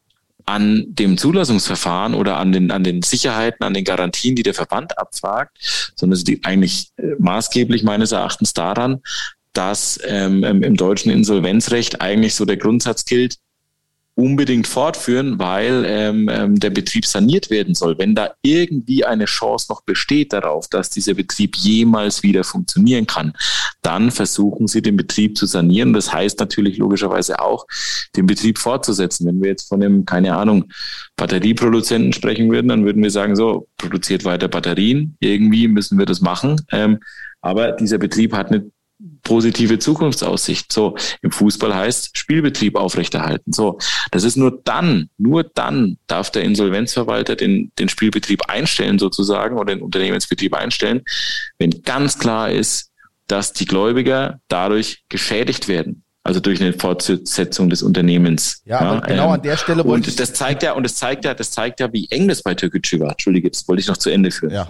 an dem Zulassungsverfahren oder an den Sicherheiten, an den Garantien, die der Verband abfragt, sondern es liegt eigentlich maßgeblich meines Erachtens daran, dass im deutschen Insolvenzrecht eigentlich so der Grundsatz gilt, unbedingt fortführen, weil der Betrieb saniert werden soll. Wenn da irgendwie eine Chance noch besteht darauf, dass dieser Betrieb jemals wieder funktionieren kann, dann versuchen sie, den Betrieb zu sanieren. Das heißt natürlich logischerweise auch, den Betrieb fortzusetzen. Wenn wir jetzt von einem, keine Ahnung, Batterieproduzenten sprechen würden, dann würden wir sagen, so, produziert weiter Batterien. Irgendwie müssen wir das machen. Aber dieser Betrieb hat eine positive Zukunftsaussicht. So, im Fußball heißt Spielbetrieb aufrechterhalten. So, das ist nur dann darf der Insolvenzverwalter den Spielbetrieb einstellen sozusagen oder den Unternehmensbetrieb einstellen, wenn ganz klar ist, dass die Gläubiger dadurch geschädigt werden. Also durch eine Fortsetzung des Unternehmens. Ja, aber genau an der Stelle wollte ich... Das zeigt ja, wie eng das bei Türkgücü war. Entschuldige, das wollte ich noch zu Ende führen. Ja.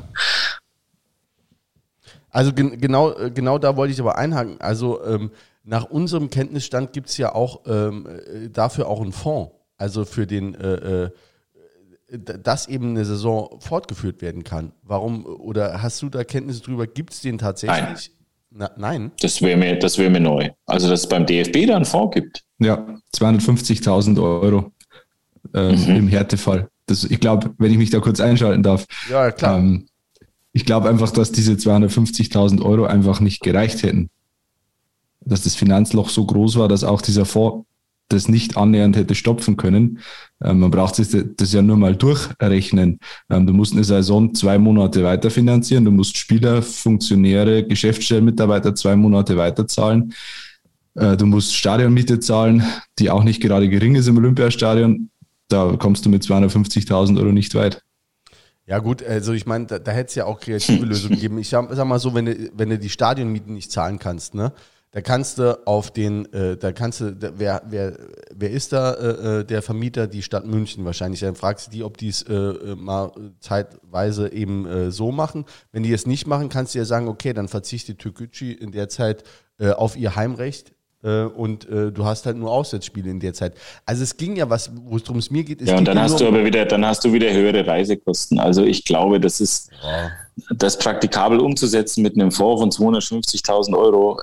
Also genau da wollte ich aber einhaken. Also nach unserem Kenntnisstand gibt es ja auch dafür auch einen Fonds. Also für den, dass eben eine Saison fortgeführt werden kann. Warum, oder hast du da Kenntnisse drüber? Gibt es den tatsächlich? Nein. Das wäre mir neu. Also, dass es beim DFB da einen Fonds gibt. Ja, 250.000 Euro im Härtefall. Ich glaube, wenn ich mich da kurz einschalten darf. Ja, klar. Ich glaube einfach, dass diese 250.000 Euro einfach nicht gereicht hätten. Dass das Finanzloch so groß war, dass auch dieser Fonds das nicht annähernd hätte stopfen können. Man braucht das ja nur mal durchrechnen. Du musst eine Saison 2 Monate weiterfinanzieren, du musst Spieler, Funktionäre, Geschäftsstellenmitarbeiter 2 Monate weiterzahlen. Du musst Stadionmiete zahlen, die auch nicht gerade gering ist im Olympiastadion. Da kommst du mit 250.000 Euro nicht weit. Ja gut, also ich meine, da hätte es ja auch kreative Lösungen gegeben. Ich sag mal so, wenn du die Stadionmieten nicht zahlen kannst, ne, da kannst du wer ist da der Vermieter? Die Stadt München wahrscheinlich. Dann fragst du die, ob die es mal zeitweise eben so machen. Wenn die es nicht machen, kannst du ja sagen, okay, dann verzichtet Türkgücü in der Zeit auf ihr Heimrecht. Und du hast halt nur Auswärtsspiele in der Zeit. Also es ging ja, worum es mir geht. Ja, und dann hast du wieder höhere Reisekosten. Also ich glaube, das ist das praktikabel umzusetzen mit einem Fonds von 250.000 Euro.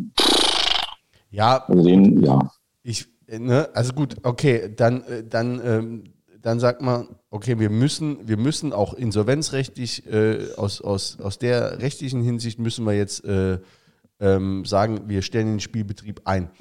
Also gut, okay, dann sagt man, okay, wir müssen auch insolvenzrechtlich aus der rechtlichen Hinsicht müssen wir jetzt sagen, wir stellen den Spielbetrieb ein.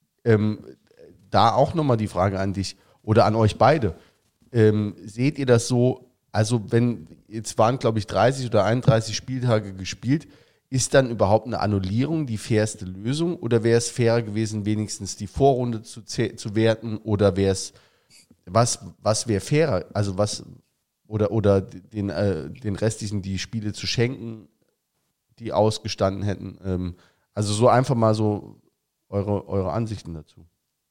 Da auch nochmal die Frage an dich oder an euch beide. Seht ihr das so, also jetzt waren, glaube ich, 30 oder 31 Spieltage gespielt, ist dann überhaupt eine Annullierung die fairste Lösung oder wäre es fairer gewesen, wenigstens die Vorrunde zu werten oder wäre es, was wäre fairer, also was, oder den restlichen die Spiele zu schenken, die ausgestanden hätten, also so einfach mal so eure Ansichten dazu.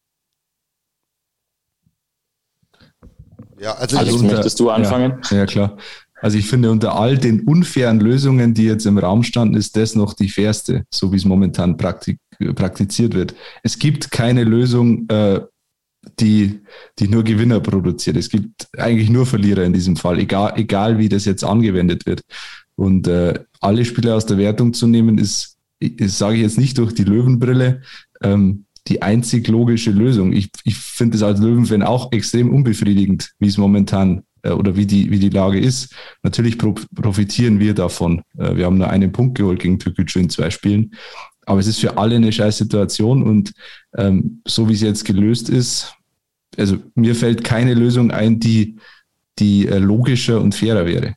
Ja, also Alex, möchtest du anfangen? Ja, klar. Also ich finde, unter all den unfairen Lösungen, die jetzt im Raum standen, ist das noch die fairste, so wie es momentan praktiziert wird. Es gibt keine Lösung, die nur Gewinner produziert. Es gibt eigentlich nur Verlierer in diesem Fall, egal wie das jetzt angewendet wird. Und alle Spieler aus der Wertung zu nehmen, ist sage ich jetzt nicht durch die Löwenbrille, die einzig logische Lösung. Ich finde es als Löwenfan auch extrem unbefriedigend, wie es momentan oder wie die Lage ist. Natürlich profitieren wir davon. Wir haben nur einen Punkt geholt gegen Türkgücü in 2 Spielen. Aber es ist für alle eine scheiß Situation und so wie es jetzt gelöst ist, also mir fällt keine Lösung ein, die logischer und fairer wäre.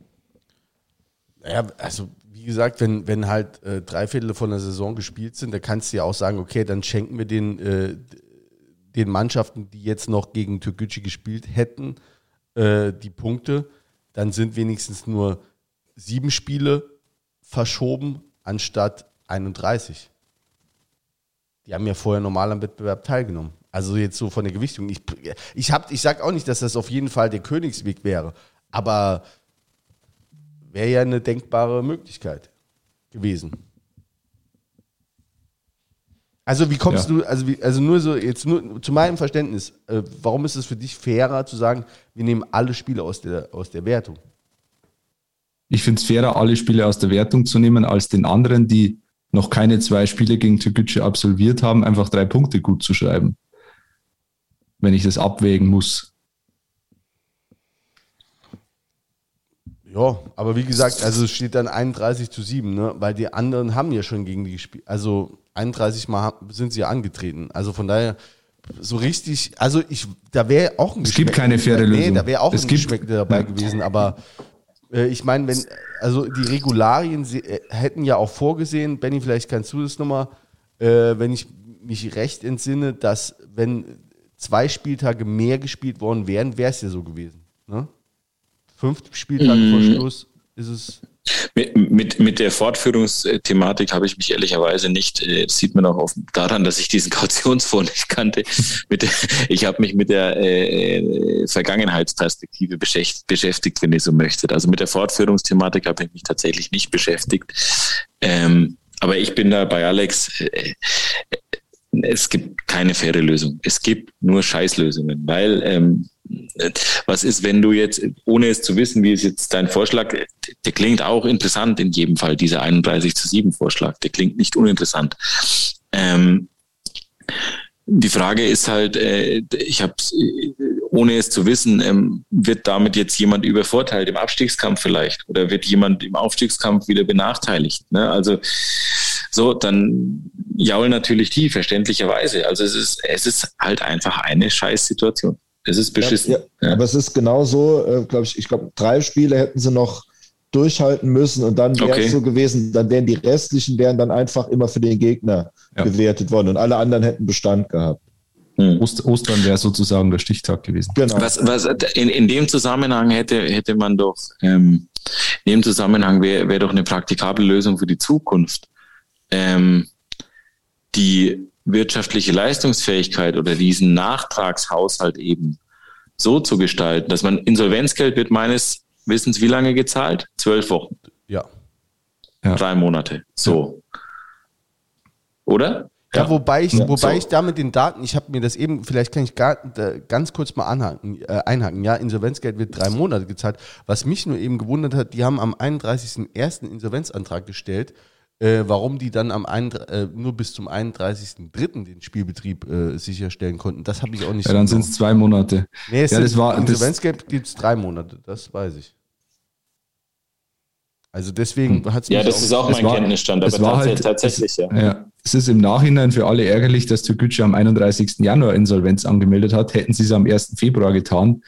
Ja, also wie gesagt, wenn halt 3/4 von der Saison gespielt sind, da kannst du ja auch sagen, okay, dann schenken wir den Mannschaften, die jetzt noch gegen Türkgücü gespielt hätten, die Punkte. Dann sind wenigstens nur 7 Spiele verschoben anstatt 31. Die haben ja vorher normal am Wettbewerb teilgenommen. Also jetzt so von der Gewichtung. Ich sage auch nicht, dass das auf jeden Fall der Königsweg wäre, aber wäre ja eine denkbare Möglichkeit gewesen. Also wie kommst du, also nur zu meinem Verständnis, warum ist es für dich fairer zu sagen, wir nehmen alle Spiele aus der Wertung? Ich finde es fairer, alle Spiele aus der Wertung zu nehmen, als den anderen, die noch keine 2 Spiele gegen Türkgücü absolviert haben, einfach 3 Punkte gut zu schreiben. Wenn ich das abwägen muss. Ja, aber wie gesagt, also es steht dann 31-7, ne? Weil die anderen haben ja schon gegen die gespielt. Also 31 Mal sind sie ja angetreten. Also von daher so richtig, also da wäre auch ein Es gibt keine faire Lösung. Nee, da wäre auch ein Geschmäckle dabei gewesen, aber ich meine, also die Regularien hätten ja auch vorgesehen, Benni, vielleicht kannst du das nochmal, wenn ich mich recht entsinne, dass wenn 2 Spieltage mehr gespielt worden wären, wäre es ja so gewesen, ne? 5 Spieltage vor Schluss ist es. Mit der Fortführungsthematik habe ich mich ehrlicherweise nicht, das sieht man auch daran, dass ich diesen Kautionsfonds nicht kannte. Ich habe mich mit der Vergangenheitsperspektive beschäftigt, wenn ihr so möchtet. Also mit der Fortführungsthematik habe ich mich tatsächlich nicht beschäftigt. Aber ich bin da bei Alex. Es gibt keine faire Lösung. Es gibt nur Scheißlösungen, weil was ist, wenn du jetzt, ohne es zu wissen, wie ist jetzt dein Vorschlag, der klingt auch interessant in jedem Fall, dieser 31-7 Vorschlag, der klingt nicht uninteressant. Die Frage ist halt, ich habe, ohne es zu wissen, wird damit jetzt jemand übervorteilt im Abstiegskampf vielleicht oder wird jemand im Aufstiegskampf wieder benachteiligt? Ne? Also so, dann jaulen natürlich die, verständlicherweise. Also es ist halt einfach eine Scheißsituation. Es ist beschissen. Ja. Aber es ist genauso, glaube ich, 3 Spiele hätten sie noch durchhalten müssen und dann wäre es so gewesen, dann wären die restlichen dann einfach immer für den Gegner gewertet worden und alle anderen hätten Bestand gehabt. Ostern wäre sozusagen der Stichtag gewesen. Genau. Was in dem Zusammenhang hätte man doch, in dem Zusammenhang wäre doch eine praktikable Lösung für die Zukunft. Die wirtschaftliche Leistungsfähigkeit oder diesen Nachtragshaushalt eben so zu gestalten, dass man Insolvenzgeld wird meines Wissens wie lange gezahlt? 12 Wochen. Ja. 3 Monate. So. Oder? Ja, wobei ich da mit den Daten, ich habe mir das eben, vielleicht kann ich ganz kurz mal einhaken. Ja, Insolvenzgeld wird 3 Monate gezahlt. Was mich nur eben gewundert hat, die haben am 31.01. Insolvenzantrag gestellt. Warum die dann nur bis zum 31.03. den Spielbetrieb sicherstellen konnten, das habe ich auch nicht so. Ja, dann sind es 2 Monate. Nee, Insolvenzgeld gibt es 3 Monate, das weiß ich. Also deswegen hat es mich das ist auch mein Kenntnisstand, aber tatsächlich, ja. Es ist im Nachhinein für alle ärgerlich, dass Türkgücü am 31. Januar Insolvenz angemeldet hat. Hätten sie es am 1. Februar getan,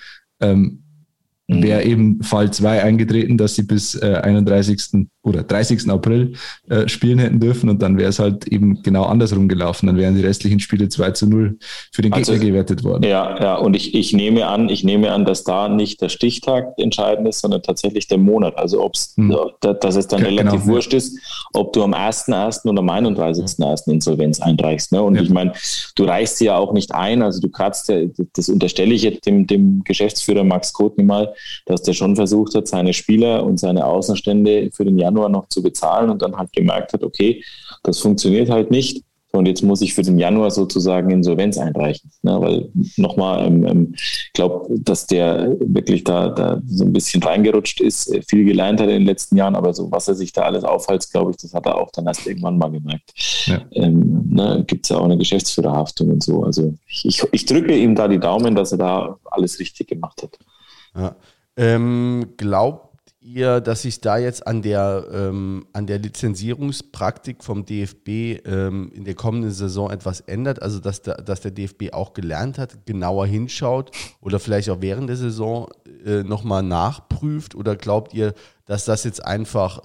wäre eben Fall 2 eingetreten, dass sie bis 31. oder 30. April spielen hätten dürfen und dann wäre es halt eben genau andersrum gelaufen. Dann wären die restlichen Spiele 2-0 für den Gegner gewertet worden. Ja, und ich nehme an, dass da nicht der Stichtag entscheidend ist, sondern tatsächlich der Monat. Also dass es dann relativ wurscht ist, ob du am 1.1. oder am 31.1. Insolvenz einreichst. Ne? Und ich meine, du reichst sie ja auch nicht ein, also du kratzt ja, das unterstelle ich jetzt dem Geschäftsführer Max Kotny mal, dass der schon versucht hat, seine Spieler und seine Außenstände für den Januar noch zu bezahlen und dann halt gemerkt hat, okay, das funktioniert halt nicht und jetzt muss ich für den Januar sozusagen Insolvenz einreichen. Ne? Weil nochmal, ich glaube, dass der wirklich da so ein bisschen reingerutscht ist, viel gelernt hat in den letzten Jahren, aber so was er sich da alles aufhält, glaube ich, das hat er auch dann erst irgendwann mal gemerkt. Ja. Gibt es ja auch eine Geschäftsführerhaftung und so. Also ich drücke ihm da die Daumen, dass er da alles richtig gemacht hat. Ja. Glaubt ihr, dass sich da jetzt an der Lizenzierungspraktik vom DFB in der kommenden Saison etwas ändert? Also dass der DFB auch gelernt hat, genauer hinschaut oder vielleicht auch während der Saison nochmal nachprüft? Oder glaubt ihr, dass das jetzt einfach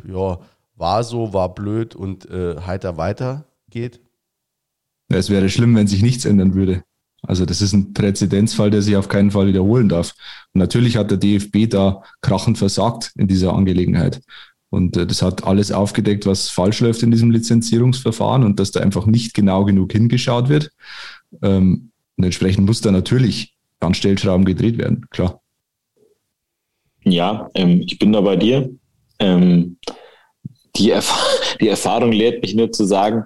war blöd und heiter weitergeht? Es wäre schlimm, wenn sich nichts ändern würde. Also das ist ein Präzedenzfall, der sich auf keinen Fall wiederholen darf. Und natürlich hat der DFB da krachend versagt in dieser Angelegenheit. Und das hat alles aufgedeckt, was falsch läuft in diesem Lizenzierungsverfahren und dass da einfach nicht genau genug hingeschaut wird. Und entsprechend muss da natürlich an Stellschrauben gedreht werden, klar. Ja, ich bin da bei dir. Die Erfahrung lehrt mich nur zu sagen,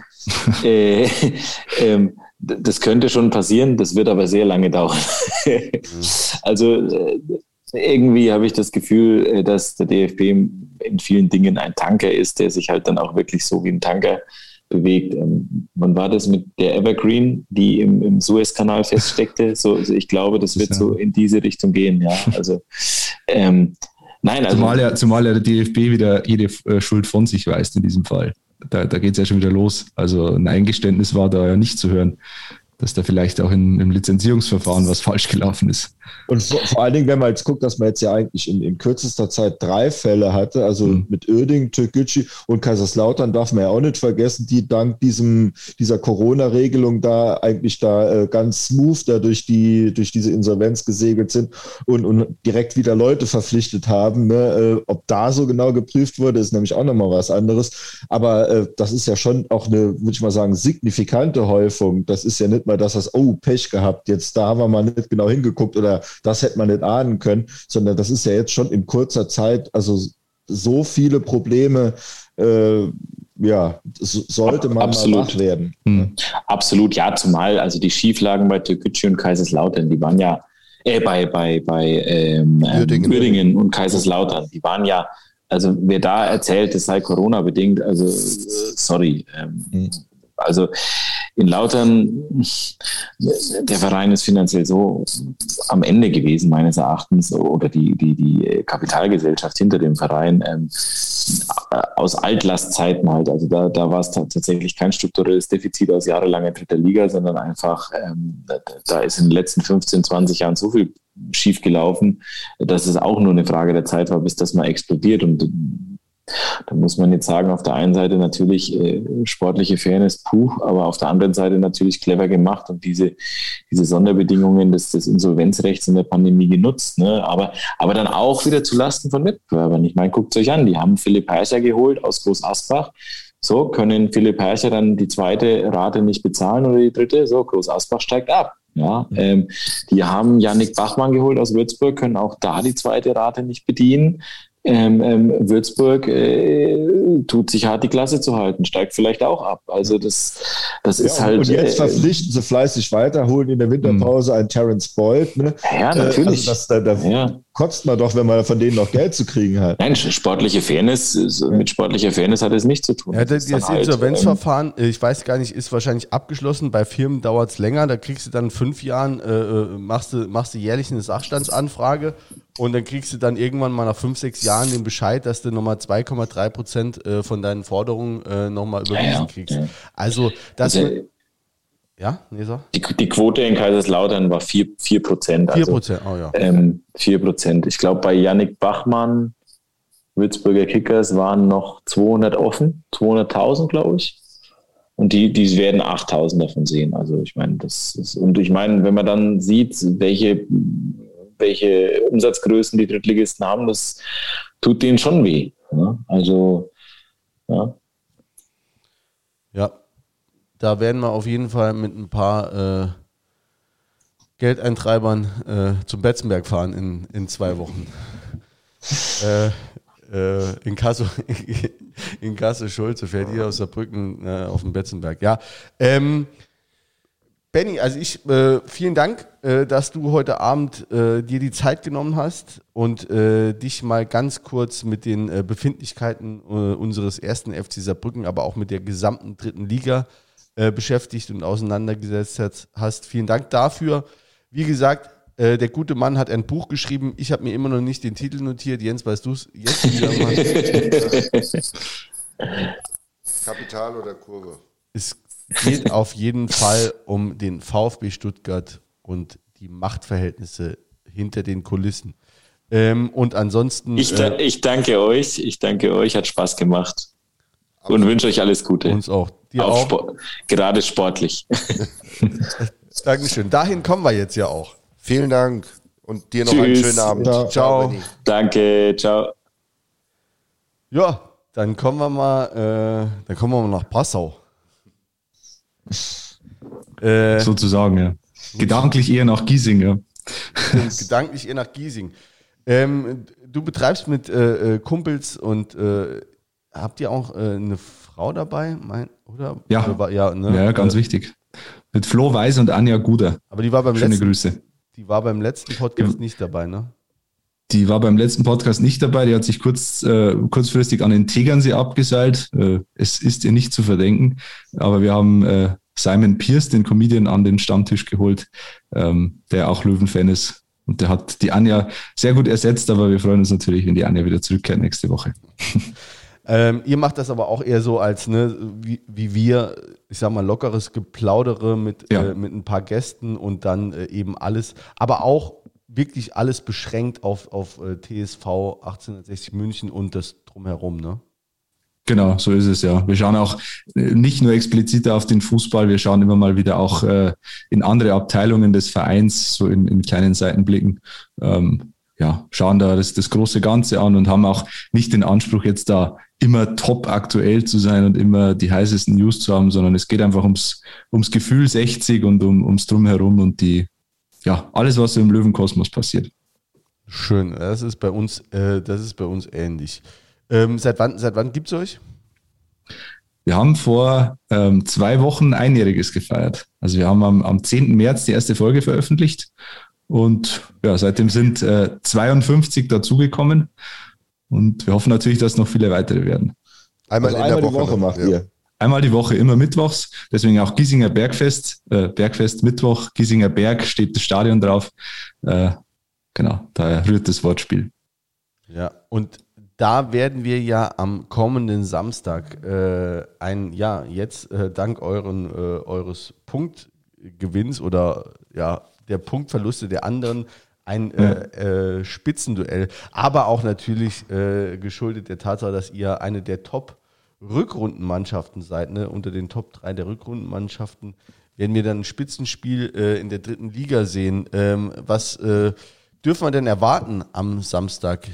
das könnte schon passieren, das wird aber sehr lange dauern. Also irgendwie habe ich das Gefühl, dass der DFB in vielen Dingen ein Tanker ist, der sich halt dann auch wirklich so wie ein Tanker bewegt. Wann war das mit der Evergreen, die im Suezkanal feststeckte? So, ich glaube, das wird so in diese Richtung gehen. Ja, also nein, also zumal ja der DFB wieder jede Schuld von sich weist in diesem Fall. Da geht es ja schon wieder los. Also ein Eingeständnis war da ja nicht zu hören, dass da vielleicht auch im Lizenzierungsverfahren was falsch gelaufen ist. Und vor allen Dingen, wenn man jetzt guckt, dass man jetzt ja eigentlich in kürzester Zeit 3 Fälle hatte, also mit Uerdingen, Türkgücü und Kaiserslautern darf man ja auch nicht vergessen, die dank dieser Corona-Regelung da eigentlich ganz smooth da durch diese Insolvenz gesegelt sind und direkt wieder Leute verpflichtet haben. Ne? Ob da so genau geprüft wurde, ist nämlich auch nochmal was anderes. Aber das ist ja schon auch eine, würde ich mal sagen, signifikante Häufung. Das ist ja nicht mal, dass das, Pech gehabt, jetzt da haben wir mal nicht genau hingeguckt oder das hätte man nicht ahnen können, sondern das ist ja jetzt schon in kurzer Zeit, also so viele Probleme, sollte man mal wach werden. Absolut, ja, zumal also die Schieflagen bei Türkgücü und Kaiserslautern, die waren ja bei Uerdingen und Kaiserslautern, die waren ja, also wer da erzählt, es sei Corona-bedingt, also sorry, also in Lautern, der Verein ist finanziell so am Ende gewesen, meines Erachtens, oder die Kapitalgesellschaft hinter dem Verein, aus Altlastzeiten halt. Also da war es tatsächlich kein strukturelles Defizit aus jahrelanger dritter Liga, sondern einfach, da ist in den letzten 15, 20 Jahren so viel schief gelaufen, dass es auch nur eine Frage der Zeit war, bis das mal explodiert. Und da muss man jetzt sagen, auf der einen Seite natürlich sportliche Fairness, aber auf der anderen Seite natürlich clever gemacht und diese Sonderbedingungen des Insolvenzrechts in der Pandemie genutzt, ne? Aber dann auch wieder zulasten von Wettbewerbern. Ich meine, guckt es euch an, die haben Philipp Hercher geholt aus Groß Asbach. So, können Philipp Hercher dann die zweite Rate nicht bezahlen oder die dritte? So, Groß Asbach steigt ab. Ja, die haben Yannick Bachmann geholt aus Würzburg, können auch da die zweite Rate nicht bedienen. Würzburg tut sich hart, die Klasse zu halten, steigt vielleicht auch ab. Also das ist halt. Und jetzt verpflichten sie fleißig weiter, holen in der Winterpause einen Terence Boyd. Ne? Ja, natürlich. Also da kotzt man doch, wenn man von denen noch Geld zu kriegen hat. Nein, mit sportlicher Fairness hat es nichts zu tun. Ja, das Insolvenzverfahren, ich weiß gar nicht, ist wahrscheinlich abgeschlossen. Bei Firmen dauert es länger. Da kriegst du dann in 5 Jahren, machst du jährlich eine Sachstandsanfrage. Und dann kriegst du dann irgendwann mal nach 5, 6 Jahren den Bescheid, dass du nochmal 2,3% von deinen Forderungen nochmal überwiesen kriegst. Ja. Also, Die Quote in Kaiserslautern war 4%. 4%, oh ja. 4%. Ich glaube, bei Yannick Bachmann, Würzburger Kickers, waren noch 200 offen, 200.000, glaube ich. Und die werden 8.000 davon sehen. Also, ich meine, wenn man dann sieht, welche Umsatzgrößen die Drittligisten haben, das tut denen schon weh. Ne? Also, ja. Ja, da werden wir auf jeden Fall mit ein paar Geldeintreibern zum Betzenberg fahren in 2 Wochen. In Kassel-Schulze fährt hier aus Saarbrücken auf den Betzenberg. Ja, Benni, also vielen Dank, dass du heute Abend dir die Zeit genommen hast und dich mal ganz kurz mit den Befindlichkeiten unseres ersten FC Saarbrücken, aber auch mit der gesamten 3. Liga beschäftigt und auseinandergesetzt hast. Vielen Dank dafür. Wie gesagt, der gute Mann hat ein Buch geschrieben. Ich habe mir immer noch nicht den Titel notiert. Jens, weißt du es jetzt wieder mal? Kapital oder Kurve? Es geht auf jeden Fall um den VfB Stuttgart und die Machtverhältnisse hinter den Kulissen. Und ansonsten... Ich danke euch. Hat Spaß gemacht. Und wünsche euch alles Gute. Uns auch. Dir auch. Gerade sportlich. Dankeschön. Dahin kommen wir jetzt ja auch. Vielen Dank und dir noch einen schönen Abend. Ja. Ciao. Danke, ciao. Ja, dann kommen wir mal nach Passau. Sozusagen, ja. Gedanklich eher nach Giesing, ja. Gedanklich eher nach Giesing. Du betreibst mit Kumpels und habt ihr auch eine Frau dabei? Oder? Ja. Oder ja, ne? Ja, ganz wichtig. Mit Flo Weiß und Anja Guder. Aber die war Schöne Grüße. Die war beim letzten Podcast nicht dabei, ne? Die war beim letzten Podcast nicht dabei. Die hat sich kurzfristig an den Tegernsee abgeseilt. Es ist ihr nicht zu verdenken. Aber wir haben Simon Pierce, den Comedian, an den Stammtisch geholt, der auch Löwen-Fan ist. Und der hat die Anja sehr gut ersetzt. Aber wir freuen uns natürlich, wenn die Anja wieder zurückkehrt nächste Woche. Ihr macht das aber auch eher so als, ne, wie wir, ich sag mal, lockeres Geplaudere mit ein paar Gästen und dann eben alles, aber auch wirklich alles beschränkt auf TSV 1860 München und das Drumherum, ne? Genau, so ist es ja. Wir schauen auch nicht nur explizit auf den Fußball, wir schauen immer mal wieder auch in andere Abteilungen des Vereins, so in kleinen Seitenblicken. Schauen da das große Ganze an und haben auch nicht den Anspruch, jetzt da immer top aktuell zu sein und immer die heißesten News zu haben, sondern es geht einfach ums Gefühl 60 und ums Drumherum und alles, was so im Löwenkosmos passiert. Schön, das ist bei uns ähnlich. Seit wann gibt's euch? Wir haben vor 2 Wochen Einjähriges gefeiert. Also wir haben am 10. März die erste Folge veröffentlicht und seitdem sind 52 dazugekommen und wir hoffen natürlich, dass noch viele weitere werden. Einmal in der Woche macht ihr. Einmal die Woche, immer mittwochs, deswegen auch Giesinger Bergfest, Bergfest Mittwoch, Giesinger Berg steht das Stadion drauf. Genau, daher rührt das Wortspiel. Ja, und da werden wir ja am kommenden Samstag dank eures Punktgewinns oder der Punktverluste der anderen ein Spitzenduell, aber auch natürlich geschuldet der Tatsache, dass ihr eine der Top-Rückrundenmannschaften seid, ne? Unter den Top 3 der Rückrundenmannschaften werden wir dann ein Spitzenspiel in der 3. Liga sehen. Was dürfen wir denn erwarten am Samstag?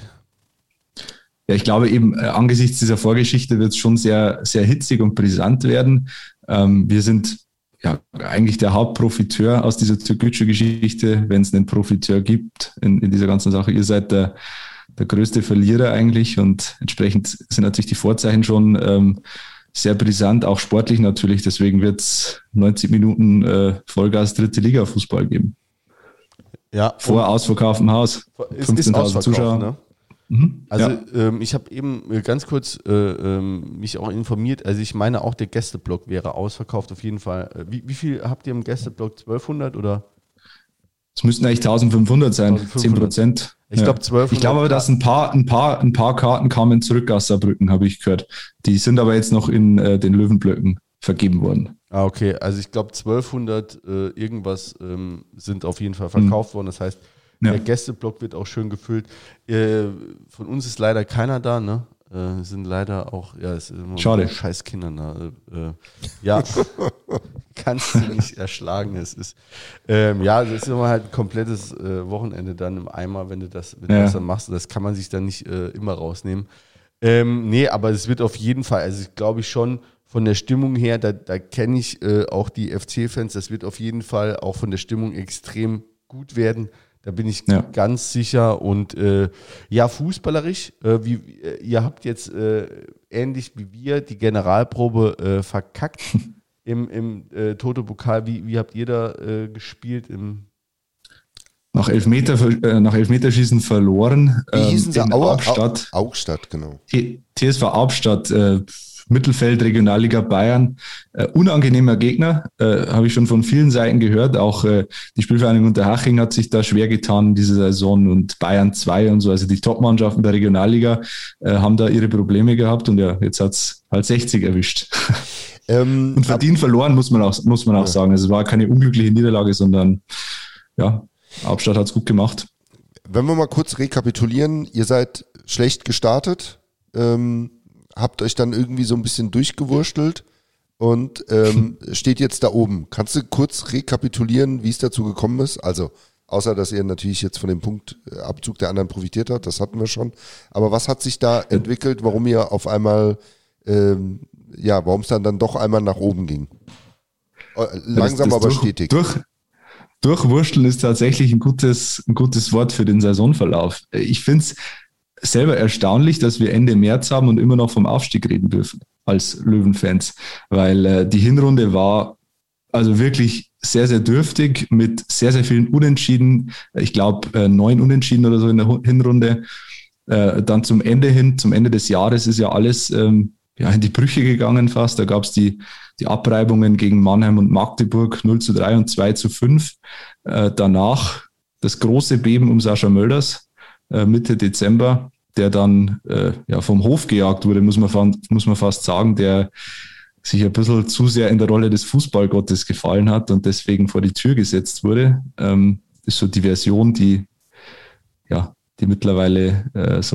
Ja, ich glaube eben, angesichts dieser Vorgeschichte wird es schon sehr, sehr hitzig und brisant werden. Wir sind eigentlich der Hauptprofiteur aus dieser Türkgücü-Geschichte, wenn es einen Profiteur gibt in dieser ganzen Sache. Ihr seid der größte Verlierer eigentlich und entsprechend sind natürlich die Vorzeichen schon sehr brisant, auch sportlich natürlich. Deswegen wird es 90 Minuten Vollgas 3. Liga Fußball geben. Ja. Vor ausverkauftem Haus. 15.000 Zuschauer. Ne? Also ich habe eben ganz kurz mich auch informiert, also ich meine auch der Gästeblock wäre ausverkauft auf jeden Fall. Wie viel habt ihr im Gästeblock? 1200 oder? Es müssten eigentlich 1500 sein, 10%. Ich glaube 1200. Ich glaube aber, dass ein paar Karten kamen zurück aus Saarbrücken, habe ich gehört. Die sind aber jetzt noch in den Löwenblöcken vergeben worden. Ah, okay. Also ich glaube 1200 irgendwas sind auf jeden Fall verkauft worden. Das heißt, der Gästeblock wird auch schön gefüllt. Von uns ist leider keiner da, ne? Sind leider auch, es ist immer schade. Scheiß Kinder da. Kannst du nicht erschlagen. Es ist, das ist immer halt ein komplettes Wochenende dann im Eimer, wenn du das dann machst. Das kann man sich dann nicht immer rausnehmen. Aber es wird auf jeden Fall, also ich glaube schon, von der Stimmung her, da kenne ich auch die FC-Fans, das wird auf jeden Fall auch von der Stimmung extrem gut werden. Da bin ich ganz sicher. Und fußballerisch, ihr habt jetzt ähnlich wie wir die Generalprobe verkackt im Toto-Pokal. Wie habt ihr da gespielt? Nach Elfmeterschießen verloren. Wie hießen sie? Augstadt. Augstadt, genau. TSV Augstadt, Mittelfeld, Regionalliga Bayern. Unangenehmer Gegner, habe ich schon von vielen Seiten gehört. Auch die Spielvereinigung Unterhaching hat sich da schwer getan in dieser Saison und Bayern 2 und so. Also die Top-Mannschaften der Regionalliga haben da ihre Probleme gehabt und jetzt hat es halt 60 erwischt. Und verdient verloren, muss man auch sagen. Also es war keine unglückliche Niederlage, sondern Hauptstadt hat es gut gemacht. Wenn wir mal kurz rekapitulieren, ihr seid schlecht gestartet, habt euch dann irgendwie so ein bisschen durchgewurstelt und steht jetzt da oben. Kannst du kurz rekapitulieren, wie es dazu gekommen ist? Also, außer dass ihr natürlich jetzt von dem Punktabzug der anderen profitiert habt, das hatten wir schon. Aber was hat sich da entwickelt, warum ihr auf einmal, warum es dann doch einmal nach oben ging? Langsam, aber stetig. Durchwursteln ist tatsächlich ein gutes Wort für den Saisonverlauf. Ich finde es selber erstaunlich, dass wir Ende März haben und immer noch vom Aufstieg reden dürfen als Löwenfans, weil die Hinrunde war also wirklich sehr, sehr dürftig mit sehr, sehr vielen Unentschieden. Ich glaube 9 Unentschieden oder so in der Hinrunde. Dann zum Ende des Jahres ist ja alles in die Brüche gegangen fast. Da gab es die Abreibungen gegen Mannheim und Magdeburg 0:3 und 2:5. Danach das große Beben um Sascha Mölders Mitte Dezember, der dann vom Hof gejagt wurde, muss man fast sagen, der sich ein bisschen zu sehr in der Rolle des Fußballgottes gefallen hat und deswegen vor die Tür gesetzt wurde. Ist so die Version, die mittlerweile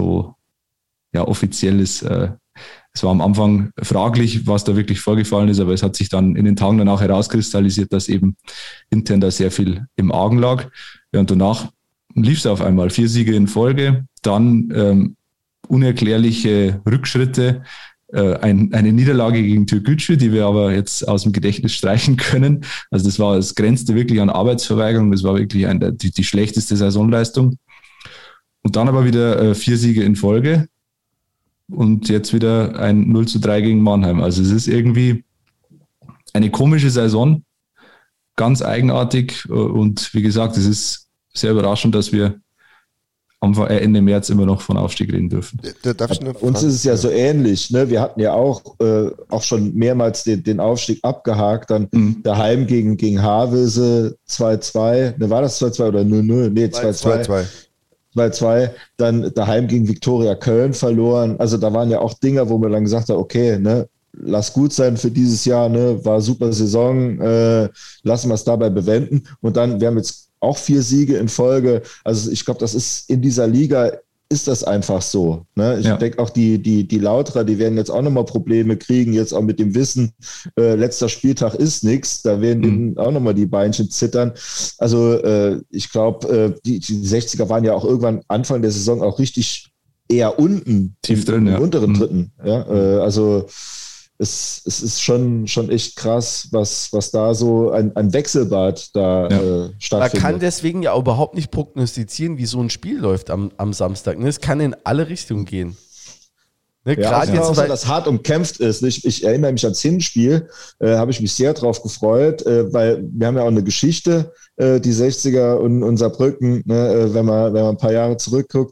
offiziell ist. Es war am Anfang fraglich, was da wirklich vorgefallen ist, aber es hat sich dann in den Tagen danach herauskristallisiert, dass eben intern da sehr viel im Argen lag. Ja, und danach lief es auf einmal 4 Siege in Folge, dann unerklärliche Rückschritte, eine Niederlage gegen Türkgücü, die wir aber jetzt aus dem Gedächtnis streichen können. Also es grenzte wirklich an Arbeitsverweigerung, das war wirklich die schlechteste Saisonleistung. Und dann aber wieder 4 Siege in Folge und jetzt wieder ein 0:3 gegen Mannheim. Also es ist irgendwie eine komische Saison, ganz eigenartig und wie gesagt, es ist sehr überraschend, dass wir Ende März immer noch von Aufstieg reden dürfen. Uns ist es ja so ähnlich. Ne? Wir hatten ja auch schon mehrmals den Aufstieg abgehakt. Dann daheim gegen Havelse 2:2. Ne, war das 2:2 oder 0:0? Nee, 2:2. 2:2. Dann daheim gegen Viktoria Köln verloren. Also da waren ja auch Dinger, wo man dann gesagt hat, okay, ne, lass gut sein für dieses Jahr, ne, war super Saison, lassen wir es dabei bewenden. Und dann, wir haben jetzt auch 4 Siege in Folge. Also ich glaube, das ist in dieser Liga, ist das einfach so. Ne? Ich denke auch die Lauterer, die werden jetzt auch nochmal Probleme kriegen, jetzt auch mit dem Wissen, letzter Spieltag ist nichts, da werden denen auch nochmal die Beinchen zittern. Also ich glaube, die 60er waren ja auch irgendwann Anfang der Saison auch richtig eher unten, tief drin, im unteren Dritten. Ja? Also es ist schon echt krass, was da so ein Wechselbad da stattfindet. Man kann deswegen ja auch überhaupt nicht prognostizieren, wie so ein Spiel läuft am Samstag. Es kann in alle Richtungen gehen. Ne, gerade jetzt, weil das hart umkämpft ist. Ich erinnere mich ans Hinspiel, habe ich mich sehr drauf gefreut, weil wir haben ja auch eine Geschichte, die 60er und Saarbrücken, ne, wenn man ein paar Jahre zurückguckt.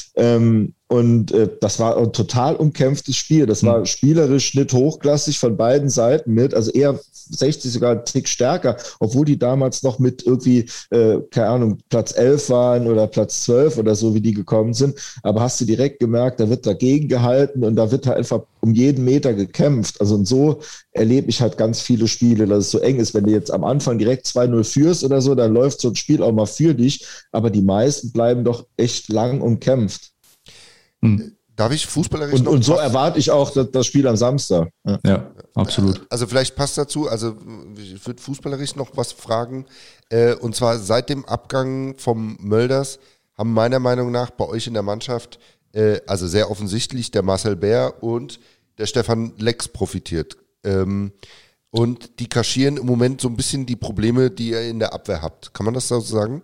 Und das war ein total umkämpftes Spiel. Das war spielerisch nicht hochklassig von beiden Seiten mit, also eher 60 sogar einen Tick stärker, obwohl die damals noch mit irgendwie, keine Ahnung, Platz 11 waren oder Platz 12 oder so, wie die gekommen sind. Aber hast du direkt gemerkt, da wird dagegen gehalten und da wird halt einfach um jeden Meter gekämpft. Also und so erlebe ich halt ganz viele Spiele, dass es so eng ist. Wenn du jetzt am Anfang direkt 2:0 führst oder so, dann läuft so ein Spiel auch mal für dich. Aber die meisten bleiben doch echt lang umkämpft. Darf ich fußballerisch und so erwarte ich auch das Spiel am Samstag. Ja, absolut. Also vielleicht passt dazu, also ich würde fußballerisch noch was fragen. Und zwar seit dem Abgang vom Mölders haben meiner Meinung nach bei euch in der Mannschaft, also sehr offensichtlich, der Marcel Bär und der Stefan Lex profitiert. Und die kaschieren im Moment so ein bisschen die Probleme, die ihr in der Abwehr habt. Kann man das so sagen?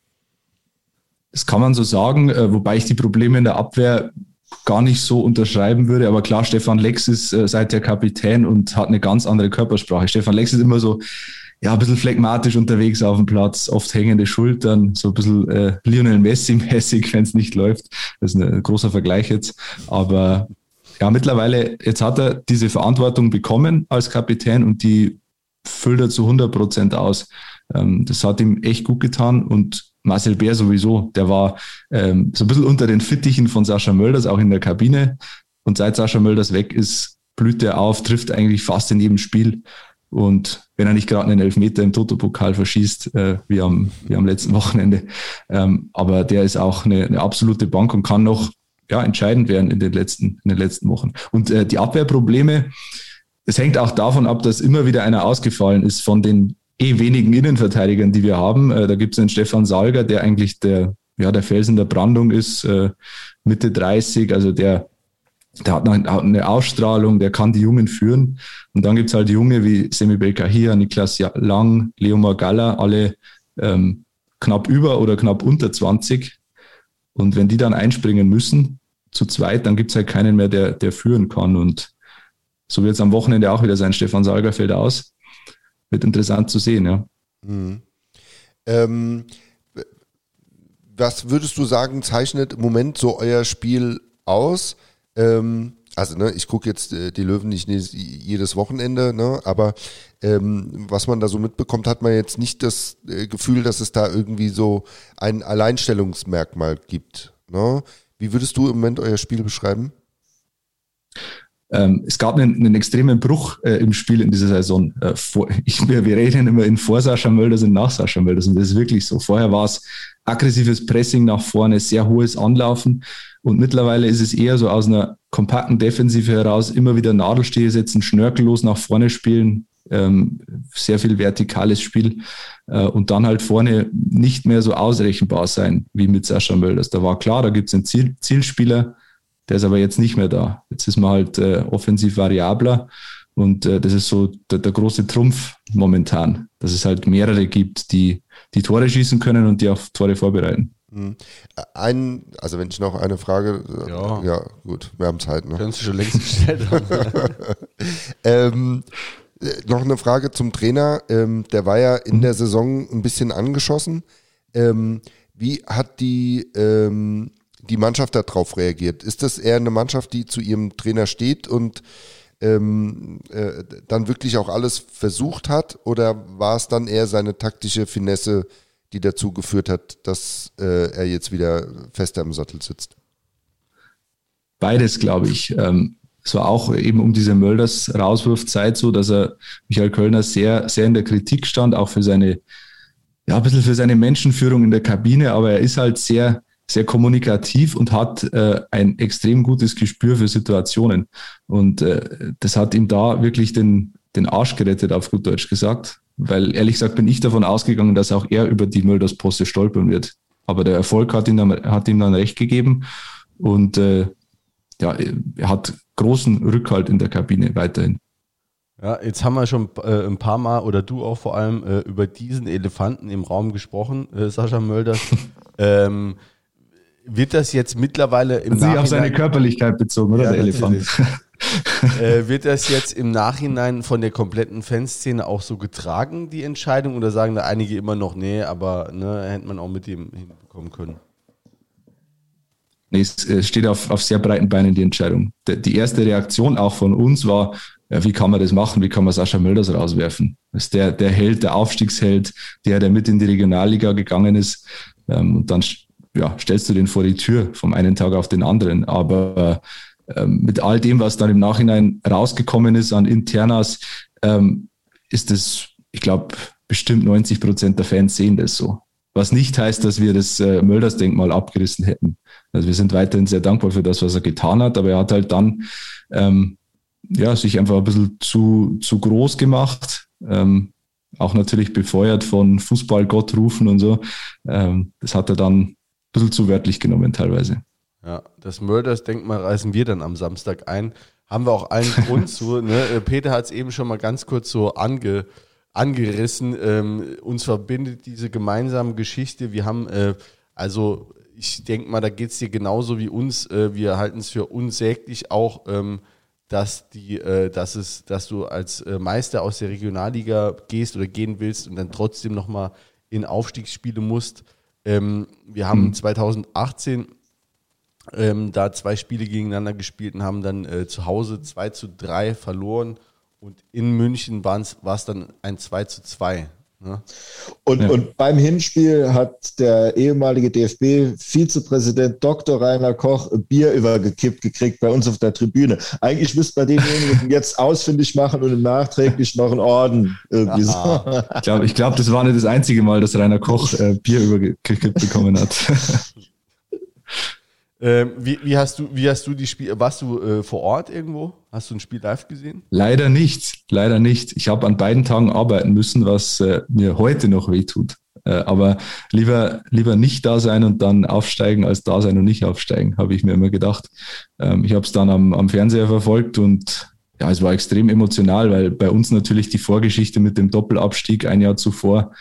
Das kann man so sagen, wobei ich die Probleme in der Abwehr gar nicht so unterschreiben würde. Aber klar, Stefan Lex ist seither Kapitän und hat eine ganz andere Körpersprache. Stefan Lex ist immer so, ein bisschen phlegmatisch unterwegs auf dem Platz, oft hängende Schultern, so ein bisschen Lionel Messi-mäßig, wenn es nicht läuft. Das ist ein großer Vergleich jetzt. Aber ja, mittlerweile, jetzt hat er diese Verantwortung bekommen als Kapitän und die füllt er zu 100% aus. Das hat ihm echt gut getan und Marcel Bär sowieso, der war so ein bisschen unter den Fittichen von Sascha Mölders, auch in der Kabine. Und seit Sascha Mölders weg ist, blüht er auf, trifft eigentlich fast in jedem Spiel. Und wenn er nicht gerade einen Elfmeter im Toto-Pokal verschießt, wie am letzten Wochenende. Aber der ist auch eine absolute Bank und kann noch entscheidend werden in den letzten Wochen. Und die Abwehrprobleme, es hängt auch davon ab, dass immer wieder einer ausgefallen ist von den wenigen Innenverteidigern, die wir haben. Da gibt es einen Stefan Salger, der eigentlich der Felsen der Brandung ist, Mitte 30, also der hat eine Ausstrahlung, der kann die Jungen führen. Und dann gibt es halt Junge wie Semi Belkahia, Niklas Lang, Leo Magalla, alle knapp über oder knapp unter 20. Und wenn die dann einspringen müssen, zu zweit, dann gibt es halt keinen mehr, der führen kann. Und so wird es am Wochenende auch wieder sein. Stefan Salga fällt aus. Wird interessant zu sehen, ja. Mhm. Was würdest du sagen, zeichnet im Moment so euer Spiel aus? Ich gucke jetzt die Löwen nicht jedes Wochenende, ne? Aber was man da so mitbekommt, hat man jetzt nicht das Gefühl, dass es da irgendwie so ein Alleinstellungsmerkmal gibt. Ne? Wie würdest du im Moment euer Spiel beschreiben? Es gab einen extremen Bruch im Spiel in dieser Saison. Wir reden immer in vor Sascha Mölders und nach Sascha Mölders, und das ist wirklich so. Vorher war es aggressives Pressing nach vorne, sehr hohes Anlaufen, und mittlerweile ist es eher so aus einer kompakten Defensive heraus immer wieder Nadelstehe setzen, schnörkellos nach vorne spielen, sehr viel vertikales Spiel und dann halt vorne nicht mehr so ausrechenbar sein wie mit Sascha Mölders. Da war klar, da gibt es einen Zielspieler, der ist aber jetzt nicht mehr da. Jetzt ist man halt offensiv variabler, und das ist so der große Trumpf momentan, dass es halt mehrere gibt, die Tore schießen können und die auch Tore vorbereiten. Also wenn ich noch eine Frage, ja gut, wir haben Zeit. Ne? Kannst du schon längst gestellt haben. Noch eine Frage zum Trainer, der war ja in der Saison ein bisschen angeschossen. Wie hat die Mannschaft darauf reagiert? Ist das eher eine Mannschaft, die zu ihrem Trainer steht und dann wirklich auch alles versucht hat, oder war es dann eher seine taktische Finesse, die dazu geführt hat, dass er jetzt wieder fester im Sattel sitzt? Beides, glaube ich. Es war auch eben um diese Mölders-Rauswurfzeit so, dass Michael Kölner sehr, sehr in der Kritik stand, auch für ein bisschen für seine Menschenführung in der Kabine, aber er ist halt sehr, sehr kommunikativ und hat ein extrem gutes Gespür für Situationen. Und das hat ihm da wirklich den Arsch gerettet, auf gut Deutsch gesagt. Weil ehrlich gesagt bin ich davon ausgegangen, dass auch er über die Mölders-Poste stolpern wird. Aber der Erfolg hat ihm dann recht gegeben, und er hat großen Rückhalt in der Kabine weiterhin. Ja, jetzt haben wir schon ein paar Mal, oder du auch vor allem, über diesen Elefanten im Raum gesprochen, Sascha Mölders. Wird das jetzt mittlerweile im Nachhinein... auf seine Körperlichkeit bezogen, oder, der Elefant? Wird das jetzt im Nachhinein von der kompletten Fanszene auch so getragen, die Entscheidung, oder sagen da einige immer noch, nee, aber hätte man auch mit dem hinbekommen können? Nee, es steht auf sehr breiten Beinen, die Entscheidung. Die erste Reaktion auch von uns war, wie kann man das machen, wie kann man Sascha Mölders rauswerfen? Das ist der Held, der Aufstiegsheld, der mit in die Regionalliga gegangen ist, und dann stellst du den vor die Tür vom einen Tag auf den anderen, aber mit all dem, was dann im Nachhinein rausgekommen ist an Internas, ist es, ich glaube, bestimmt 90% der Fans sehen das so. Was nicht heißt, dass wir das Mölders-Denkmal abgerissen hätten. Also wir sind weiterhin sehr dankbar für das, was er getan hat, aber er hat halt dann sich einfach ein bisschen zu groß gemacht, auch natürlich befeuert von Fußballgottrufen und so. Das hat er dann ein bisschen zu wörtlich genommen teilweise. Ja, das Mölders-Denkmal reißen wir dann am Samstag ein. Haben wir auch allen Grund zu. Ne? Peter hat es eben schon mal ganz kurz so angerissen. Uns verbindet diese gemeinsame Geschichte. Wir haben, ich denke mal, da geht es dir genauso wie uns. Wir halten es für unsäglich auch, dass du als Meister aus der Regionalliga gehst oder gehen willst und dann trotzdem nochmal in Aufstiegsspiele musst. Wir haben 2018 da 2 Spiele gegeneinander gespielt und haben dann zu Hause 2-3 verloren, und in München war es dann ein 2-2. Ne? Und beim Hinspiel hat der ehemalige DFB-Vizepräsident Dr. Rainer Koch Bier übergekippt gekriegt bei uns auf der Tribüne. Eigentlich müsste man denjenigen jetzt ausfindig machen und nachträglich noch einen Orden irgendwie so. Ich glaube, das war nicht das einzige Mal, dass Rainer Koch Bier übergekippt bekommen hat. Wie hast du die Spiele, warst du vor Ort irgendwo? Hast du ein Spiel live gesehen? Leider nicht. Ich habe an beiden Tagen arbeiten müssen, was mir heute noch wehtut. Aber lieber nicht da sein und dann aufsteigen, als da sein und nicht aufsteigen, habe ich mir immer gedacht. Ich habe es dann am Fernseher verfolgt, und ja, es war extrem emotional, weil bei uns natürlich die Vorgeschichte mit dem Doppelabstieg ein Jahr zuvor,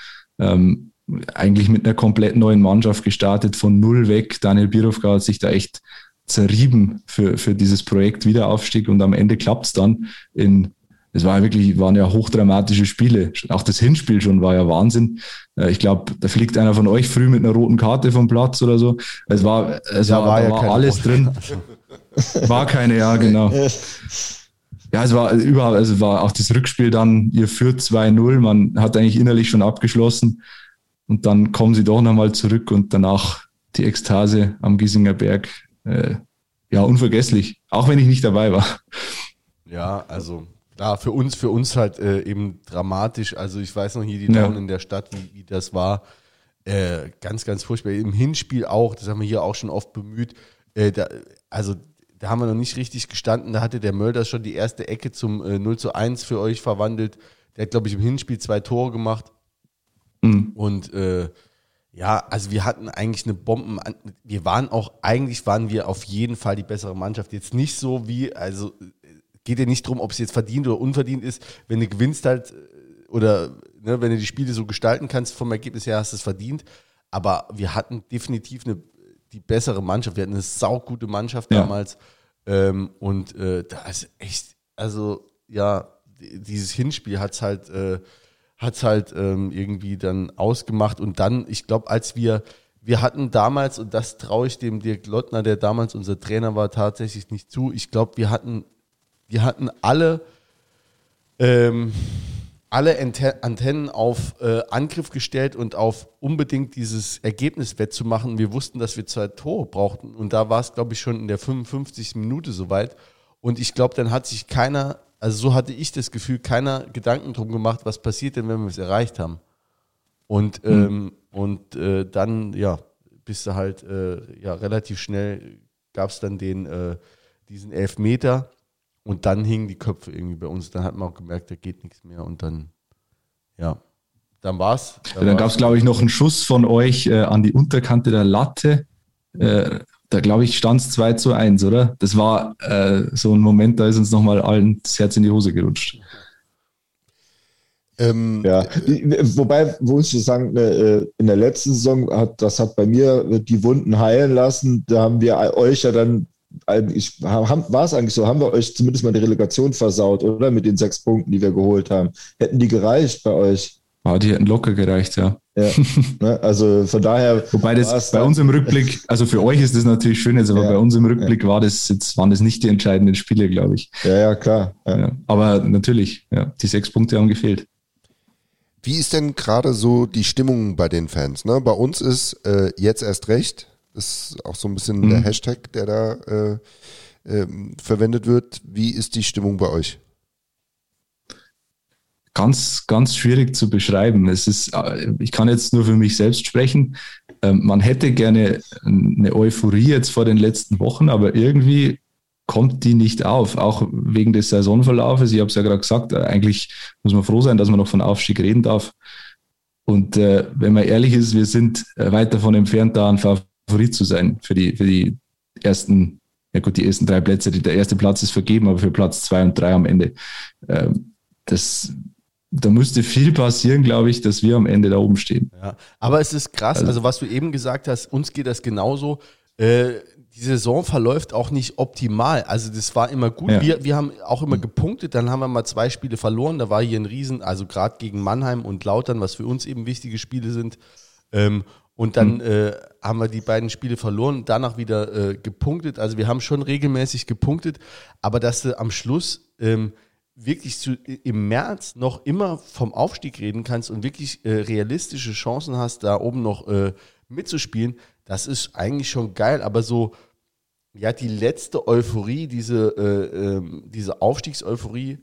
eigentlich mit einer komplett neuen Mannschaft gestartet, von null weg. Daniel Birovka hat sich da echt zerrieben für dieses Projekt Wiederaufstieg und am Ende klappt es dann waren ja hochdramatische Spiele. Auch das Hinspiel schon war ja Wahnsinn. Ich glaube, da fliegt einer von euch früh mit einer roten Karte vom Platz oder so. Da war alles drin. War keine, ja, genau. Ja, es war auch das Rückspiel dann, ihr führt 2-0, man hat eigentlich innerlich schon abgeschlossen und dann kommen sie doch nochmal zurück und danach die Ekstase am Giesinger Berg. Ja, unvergesslich, auch wenn ich nicht dabei war. Ja, also klar, für uns halt eben dramatisch. Also ich weiß noch hier die Laune in der Stadt, wie das war. Ganz, ganz furchtbar. Im Hinspiel auch, das haben wir hier auch schon oft bemüht. Da haben wir noch nicht richtig gestanden. Da hatte der Mölders schon die erste Ecke zum 0-1 für euch verwandelt. Der hat, glaube ich, im Hinspiel 2 Tore gemacht. Mhm. Und also wir hatten eigentlich eine waren wir auf jeden Fall die bessere Mannschaft. Jetzt nicht so geht ja nicht darum, ob es jetzt verdient oder unverdient ist. Wenn du gewinnst halt oder wenn du die Spiele so gestalten kannst, vom Ergebnis her hast du es verdient. Aber wir hatten definitiv die bessere Mannschaft. Wir hatten eine saugute Mannschaft damals. Und da ist echt, also ja, dieses Hinspiel hat's halt irgendwie dann ausgemacht. Und dann, ich glaube, als wir hatten damals, und das traue ich dem Dirk Lottner, der damals unser Trainer war, tatsächlich nicht zu. Ich glaube, wir hatten alle Antennen auf Angriff gestellt und auf unbedingt dieses Ergebnis wettzumachen. Wir wussten, dass wir 2 Tore brauchten und da war es, glaube ich, schon in der 55. Minute soweit. Und ich glaube, dann hat sich keiner, also so hatte ich das Gefühl, keiner Gedanken drum gemacht, was passiert denn, wenn wir es erreicht haben. Und dann, ja, bist du halt, relativ schnell gab es dann diesen Elfmeter. Und dann hingen die Köpfe irgendwie bei uns. Dann hat man auch gemerkt, da geht nichts mehr. Und dann, dann war's. Dann gab es, glaube ich, noch einen Schuss von euch an die Unterkante der Latte. Da, glaube ich, stand es 2-1, oder? Das war so ein Moment, da ist uns nochmal allen das Herz in die Hose gerutscht. Wobei, muss ich sagen, in der letzten Saison hat bei mir die Wunden heilen lassen. Da haben wir euch ja dann war es eigentlich so, haben wir euch zumindest mal die Relegation versaut, oder? Mit den 6 Punkten, die wir geholt haben. Hätten die gereicht bei euch? Ja, die hätten locker gereicht, ja. Also von daher. Wobei das bei uns im Rückblick, also für euch ist das natürlich schön jetzt, aber bei uns im Rückblick waren das nicht die entscheidenden Spiele, glaube ich. Ja, klar. Ja. Aber natürlich, die 6 Punkte haben gefehlt. Wie ist denn gerade so die Stimmung bei den Fans? Ne? Bei uns ist jetzt erst recht. Das ist auch so ein bisschen der Hashtag, der da verwendet wird. Wie ist die Stimmung bei euch? Ganz, ganz schwierig zu beschreiben. Ich kann jetzt nur für mich selbst sprechen. Man hätte gerne eine Euphorie jetzt vor den letzten Wochen, aber irgendwie kommt die nicht auf, auch wegen des Saisonverlaufes. Ich habe es ja gerade gesagt, eigentlich muss man froh sein, dass man noch von Aufstieg reden darf. Und wenn man ehrlich ist, wir sind weit davon entfernt, da ein Favorit zu sein für die ersten, die ersten 3 Plätze. Der erste Platz ist vergeben, aber für Platz 2 und 3 am Ende. Da müsste viel passieren, glaube ich, dass wir am Ende da oben stehen. Ja, aber es ist krass, also was du eben gesagt hast, uns geht das genauso. Die Saison verläuft auch nicht optimal. Also das war immer gut. Ja. Wir haben auch immer gepunktet, dann haben wir mal 2 Spiele verloren. Da war hier ein Riesen, also gerade gegen Mannheim und Lautern, was für uns eben wichtige Spiele sind. Und dann haben wir die beiden Spiele verloren, danach wieder gepunktet. Also wir haben schon regelmäßig gepunktet, aber dass du am Schluss wirklich im März noch immer vom Aufstieg reden kannst und wirklich realistische Chancen hast, da oben noch mitzuspielen, das ist eigentlich schon geil. Aber so, ja, die letzte Euphorie, diese Aufstiegseuphorie,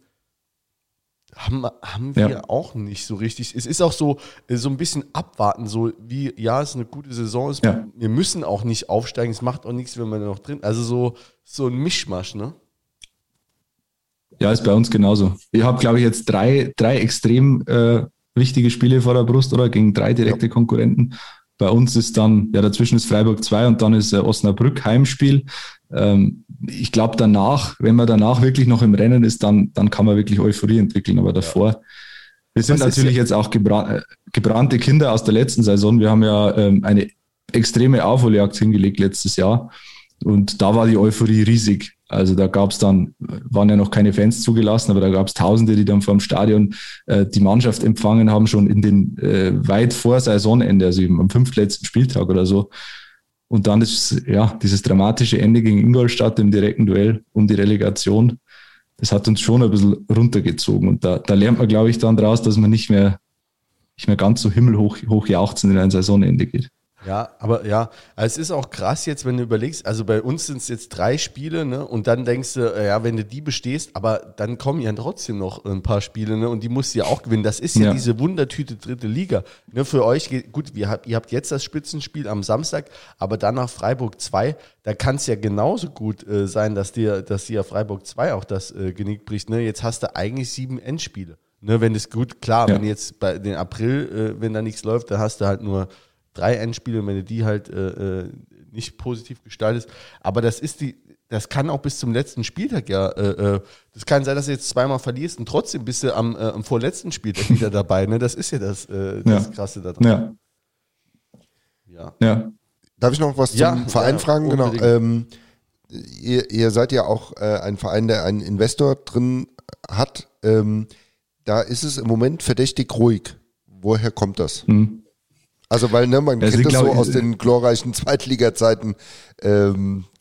haben wir auch nicht so richtig. Es ist auch so ein bisschen abwarten, so wie, ja, es ist eine gute Saison, wir müssen auch nicht aufsteigen, es macht auch nichts, wenn wir noch drin, also so ein Mischmasch, ne? Ja, ist bei uns genauso. Ich habe, glaube ich, jetzt drei extrem wichtige Spiele vor der Brust, oder? Gegen 3 direkte Konkurrenten. Bei uns ist dann, dazwischen ist Freiburg 2 und dann ist Osnabrück Heimspiel. Ich glaube danach, wenn man danach wirklich noch im Rennen ist, dann kann man wirklich Euphorie entwickeln. Aber davor, wir sind natürlich jetzt auch gebrannte Kinder aus der letzten Saison. Wir haben ja eine extreme Aufholjagd hingelegt letztes Jahr. Und da war die Euphorie riesig. Also da waren ja noch keine Fans zugelassen, aber da gab es Tausende, die dann vor dem Stadion die Mannschaft empfangen haben, schon in den weit vor Saisonende, also eben am 5. letzten Spieltag oder so. Und dann dieses dramatische Ende gegen Ingolstadt im direkten Duell um die Relegation. Das hat uns schon ein bisschen runtergezogen. Und da lernt man, glaube ich, dann draus, dass man nicht mehr ganz so himmelhoch jauchzend in ein Saisonende geht. Ja, aber ja, es ist auch krass jetzt, wenn du überlegst, also bei uns sind es jetzt 3 Spiele, ne, und dann denkst du, ja, wenn du die bestehst, aber dann kommen ja trotzdem noch ein paar Spiele, ne, und die musst du ja auch gewinnen. Das ist ja diese Wundertüte 3. Liga. Ne, für euch, gut, ihr habt jetzt das Spitzenspiel am Samstag, aber dann nach Freiburg 2, da kann es ja genauso gut sein, dass dir Freiburg 2 auch das Genick bricht, ne. Jetzt hast du eigentlich 7 Endspiele. Ne, wenn es gut, klar, wenn jetzt bei den April, wenn da nichts läuft, dann hast du halt nur 3 Endspiele, wenn du die halt nicht positiv gestaltest. Aber das kann auch bis zum letzten Spieltag das kann sein, dass du jetzt 2-mal verlierst und trotzdem bist du am vorletzten Spieltag wieder dabei. Ne? Das ist ja das Krasse da dran. Ja. Darf ich noch was zum Verein fragen? Genau. Ihr seid ja auch ein Verein, der einen Investor drin hat. Da ist es im Moment verdächtig ruhig. Woher kommt das? Also, weil man kennt das so aus den glorreichen Zweitliga-Zeiten, da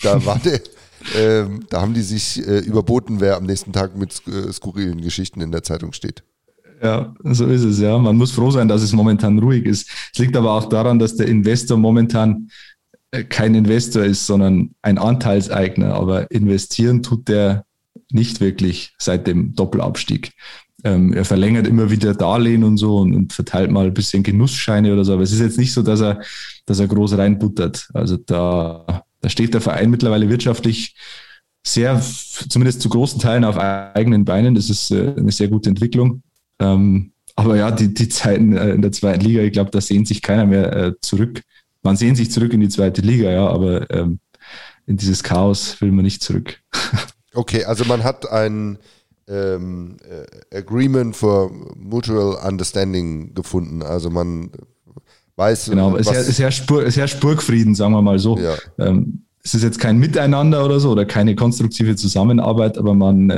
haben die sich überboten, wer am nächsten Tag mit skurrilen Geschichten in der Zeitung steht. Ja, so ist es, ja. Man muss froh sein, dass es momentan ruhig ist. Es liegt aber auch daran, dass der Investor momentan kein Investor ist, sondern ein Anteilseigner. Aber investieren tut der nicht wirklich seit dem Doppelabstieg. Er verlängert immer wieder Darlehen und so und verteilt mal ein bisschen Genussscheine oder so, aber es ist jetzt nicht so, dass er groß reinbuttert. Also da steht der Verein mittlerweile wirtschaftlich zumindest zu großen Teilen auf eigenen Beinen. Das ist eine sehr gute Entwicklung. Aber ja, die Zeiten in der 2. Liga, ich glaube, da sehnt sich keiner mehr zurück. Man sehnt sich zurück in die 2. Liga, ja, aber in dieses Chaos will man nicht zurück. Okay, also man hat ein Agreement for Mutual Understanding gefunden. Also man weiß... Genau, es herrscht Burgfrieden, sagen wir mal so. Ja. Es ist jetzt kein Miteinander oder so oder keine konstruktive Zusammenarbeit, aber man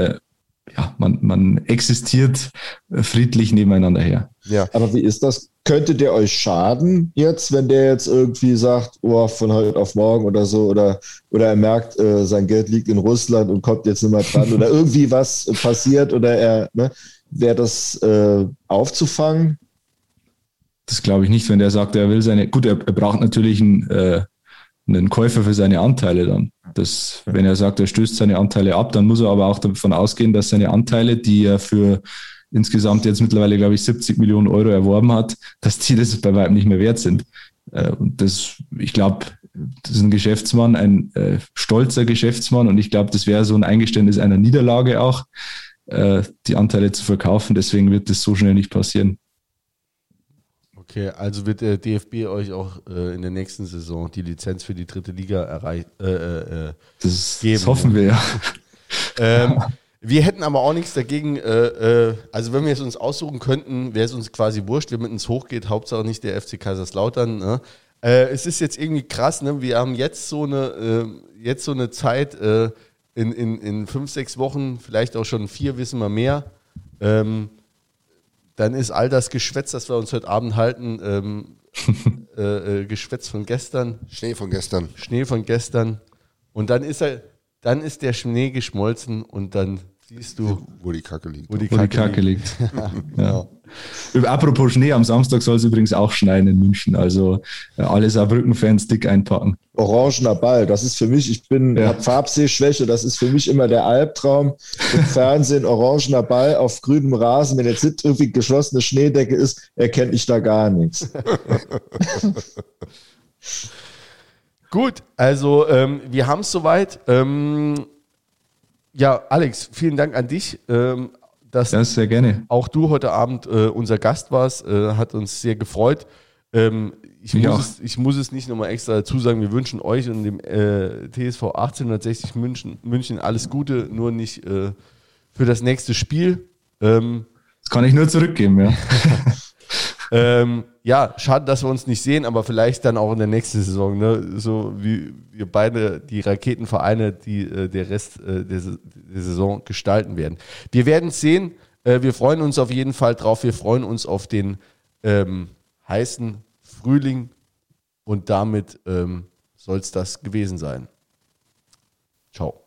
existiert friedlich nebeneinander her. Ja. Aber wie ist das? Könntet ihr euch schaden jetzt, wenn der jetzt irgendwie sagt, von heute auf morgen oder so, oder er merkt, sein Geld liegt in Russland und kommt jetzt nicht mehr dran oder irgendwie was passiert oder wäre das aufzufangen? Das glaube ich nicht, wenn der sagt, er braucht natürlich einen Käufer für seine Anteile dann. Wenn er sagt, er stößt seine Anteile ab, dann muss er aber auch davon ausgehen, dass seine Anteile, die er für insgesamt jetzt mittlerweile, glaube ich, 70 Millionen Euro erworben hat, dass die das bei weitem nicht mehr wert sind. Und ich glaube, das ist ein Geschäftsmann, ein stolzer Geschäftsmann und ich glaube, das wäre so ein Eingeständnis einer Niederlage auch, die Anteile zu verkaufen. Deswegen wird das so schnell nicht passieren. Okay, also wird der DFB euch auch in der nächsten Saison die Lizenz für die 3. Liga geben? Das hoffen wir, ja. Wir hätten aber auch nichts dagegen, also wenn wir es uns aussuchen könnten, wäre es uns quasi wurscht, wenn es hochgeht, Hauptsache nicht der FC Kaiserslautern. Ne? Es ist jetzt irgendwie krass, ne? Wir haben jetzt so eine Zeit, in 5-6 Wochen, vielleicht auch schon 4, wissen wir mehr. Dann ist all das Geschwätz, das wir uns heute Abend halten, Geschwätz von gestern. Schnee von gestern. Und dann ist der Schnee geschmolzen und dann siehst du, wo die Kacke liegt. Ja. Apropos Schnee, am Samstag soll es übrigens auch schneien in München. Also alle Saarbrücken-Fans dick einpacken. Orangener Ball, das ist für mich, habe Farbsehschwäche, das ist für mich immer der Albtraum. Im Fernsehen orangener Ball auf grünem Rasen, wenn jetzt nicht irgendwie geschlossene Schneedecke ist, erkenne ich da gar nichts. Gut, also wir haben es soweit. Ja, Alex, vielen Dank an dich, dass sehr gerne. Auch du heute Abend unser Gast warst. Hat uns sehr gefreut. Ich muss es nicht nochmal extra dazu sagen, wir wünschen euch und dem TSV 1860 München alles Gute, nur nicht für das nächste Spiel. Das kann ich nur zurückgeben, ja. Ja, schade, dass wir uns nicht sehen, aber vielleicht dann auch in der nächsten Saison, ne? So wie wir beide die Raketenvereine, die der Rest der Saison gestalten werden. Wir werden es sehen. Wir freuen uns auf jeden Fall drauf. Wir freuen uns auf den heißen Frühling und damit soll es das gewesen sein. Ciao.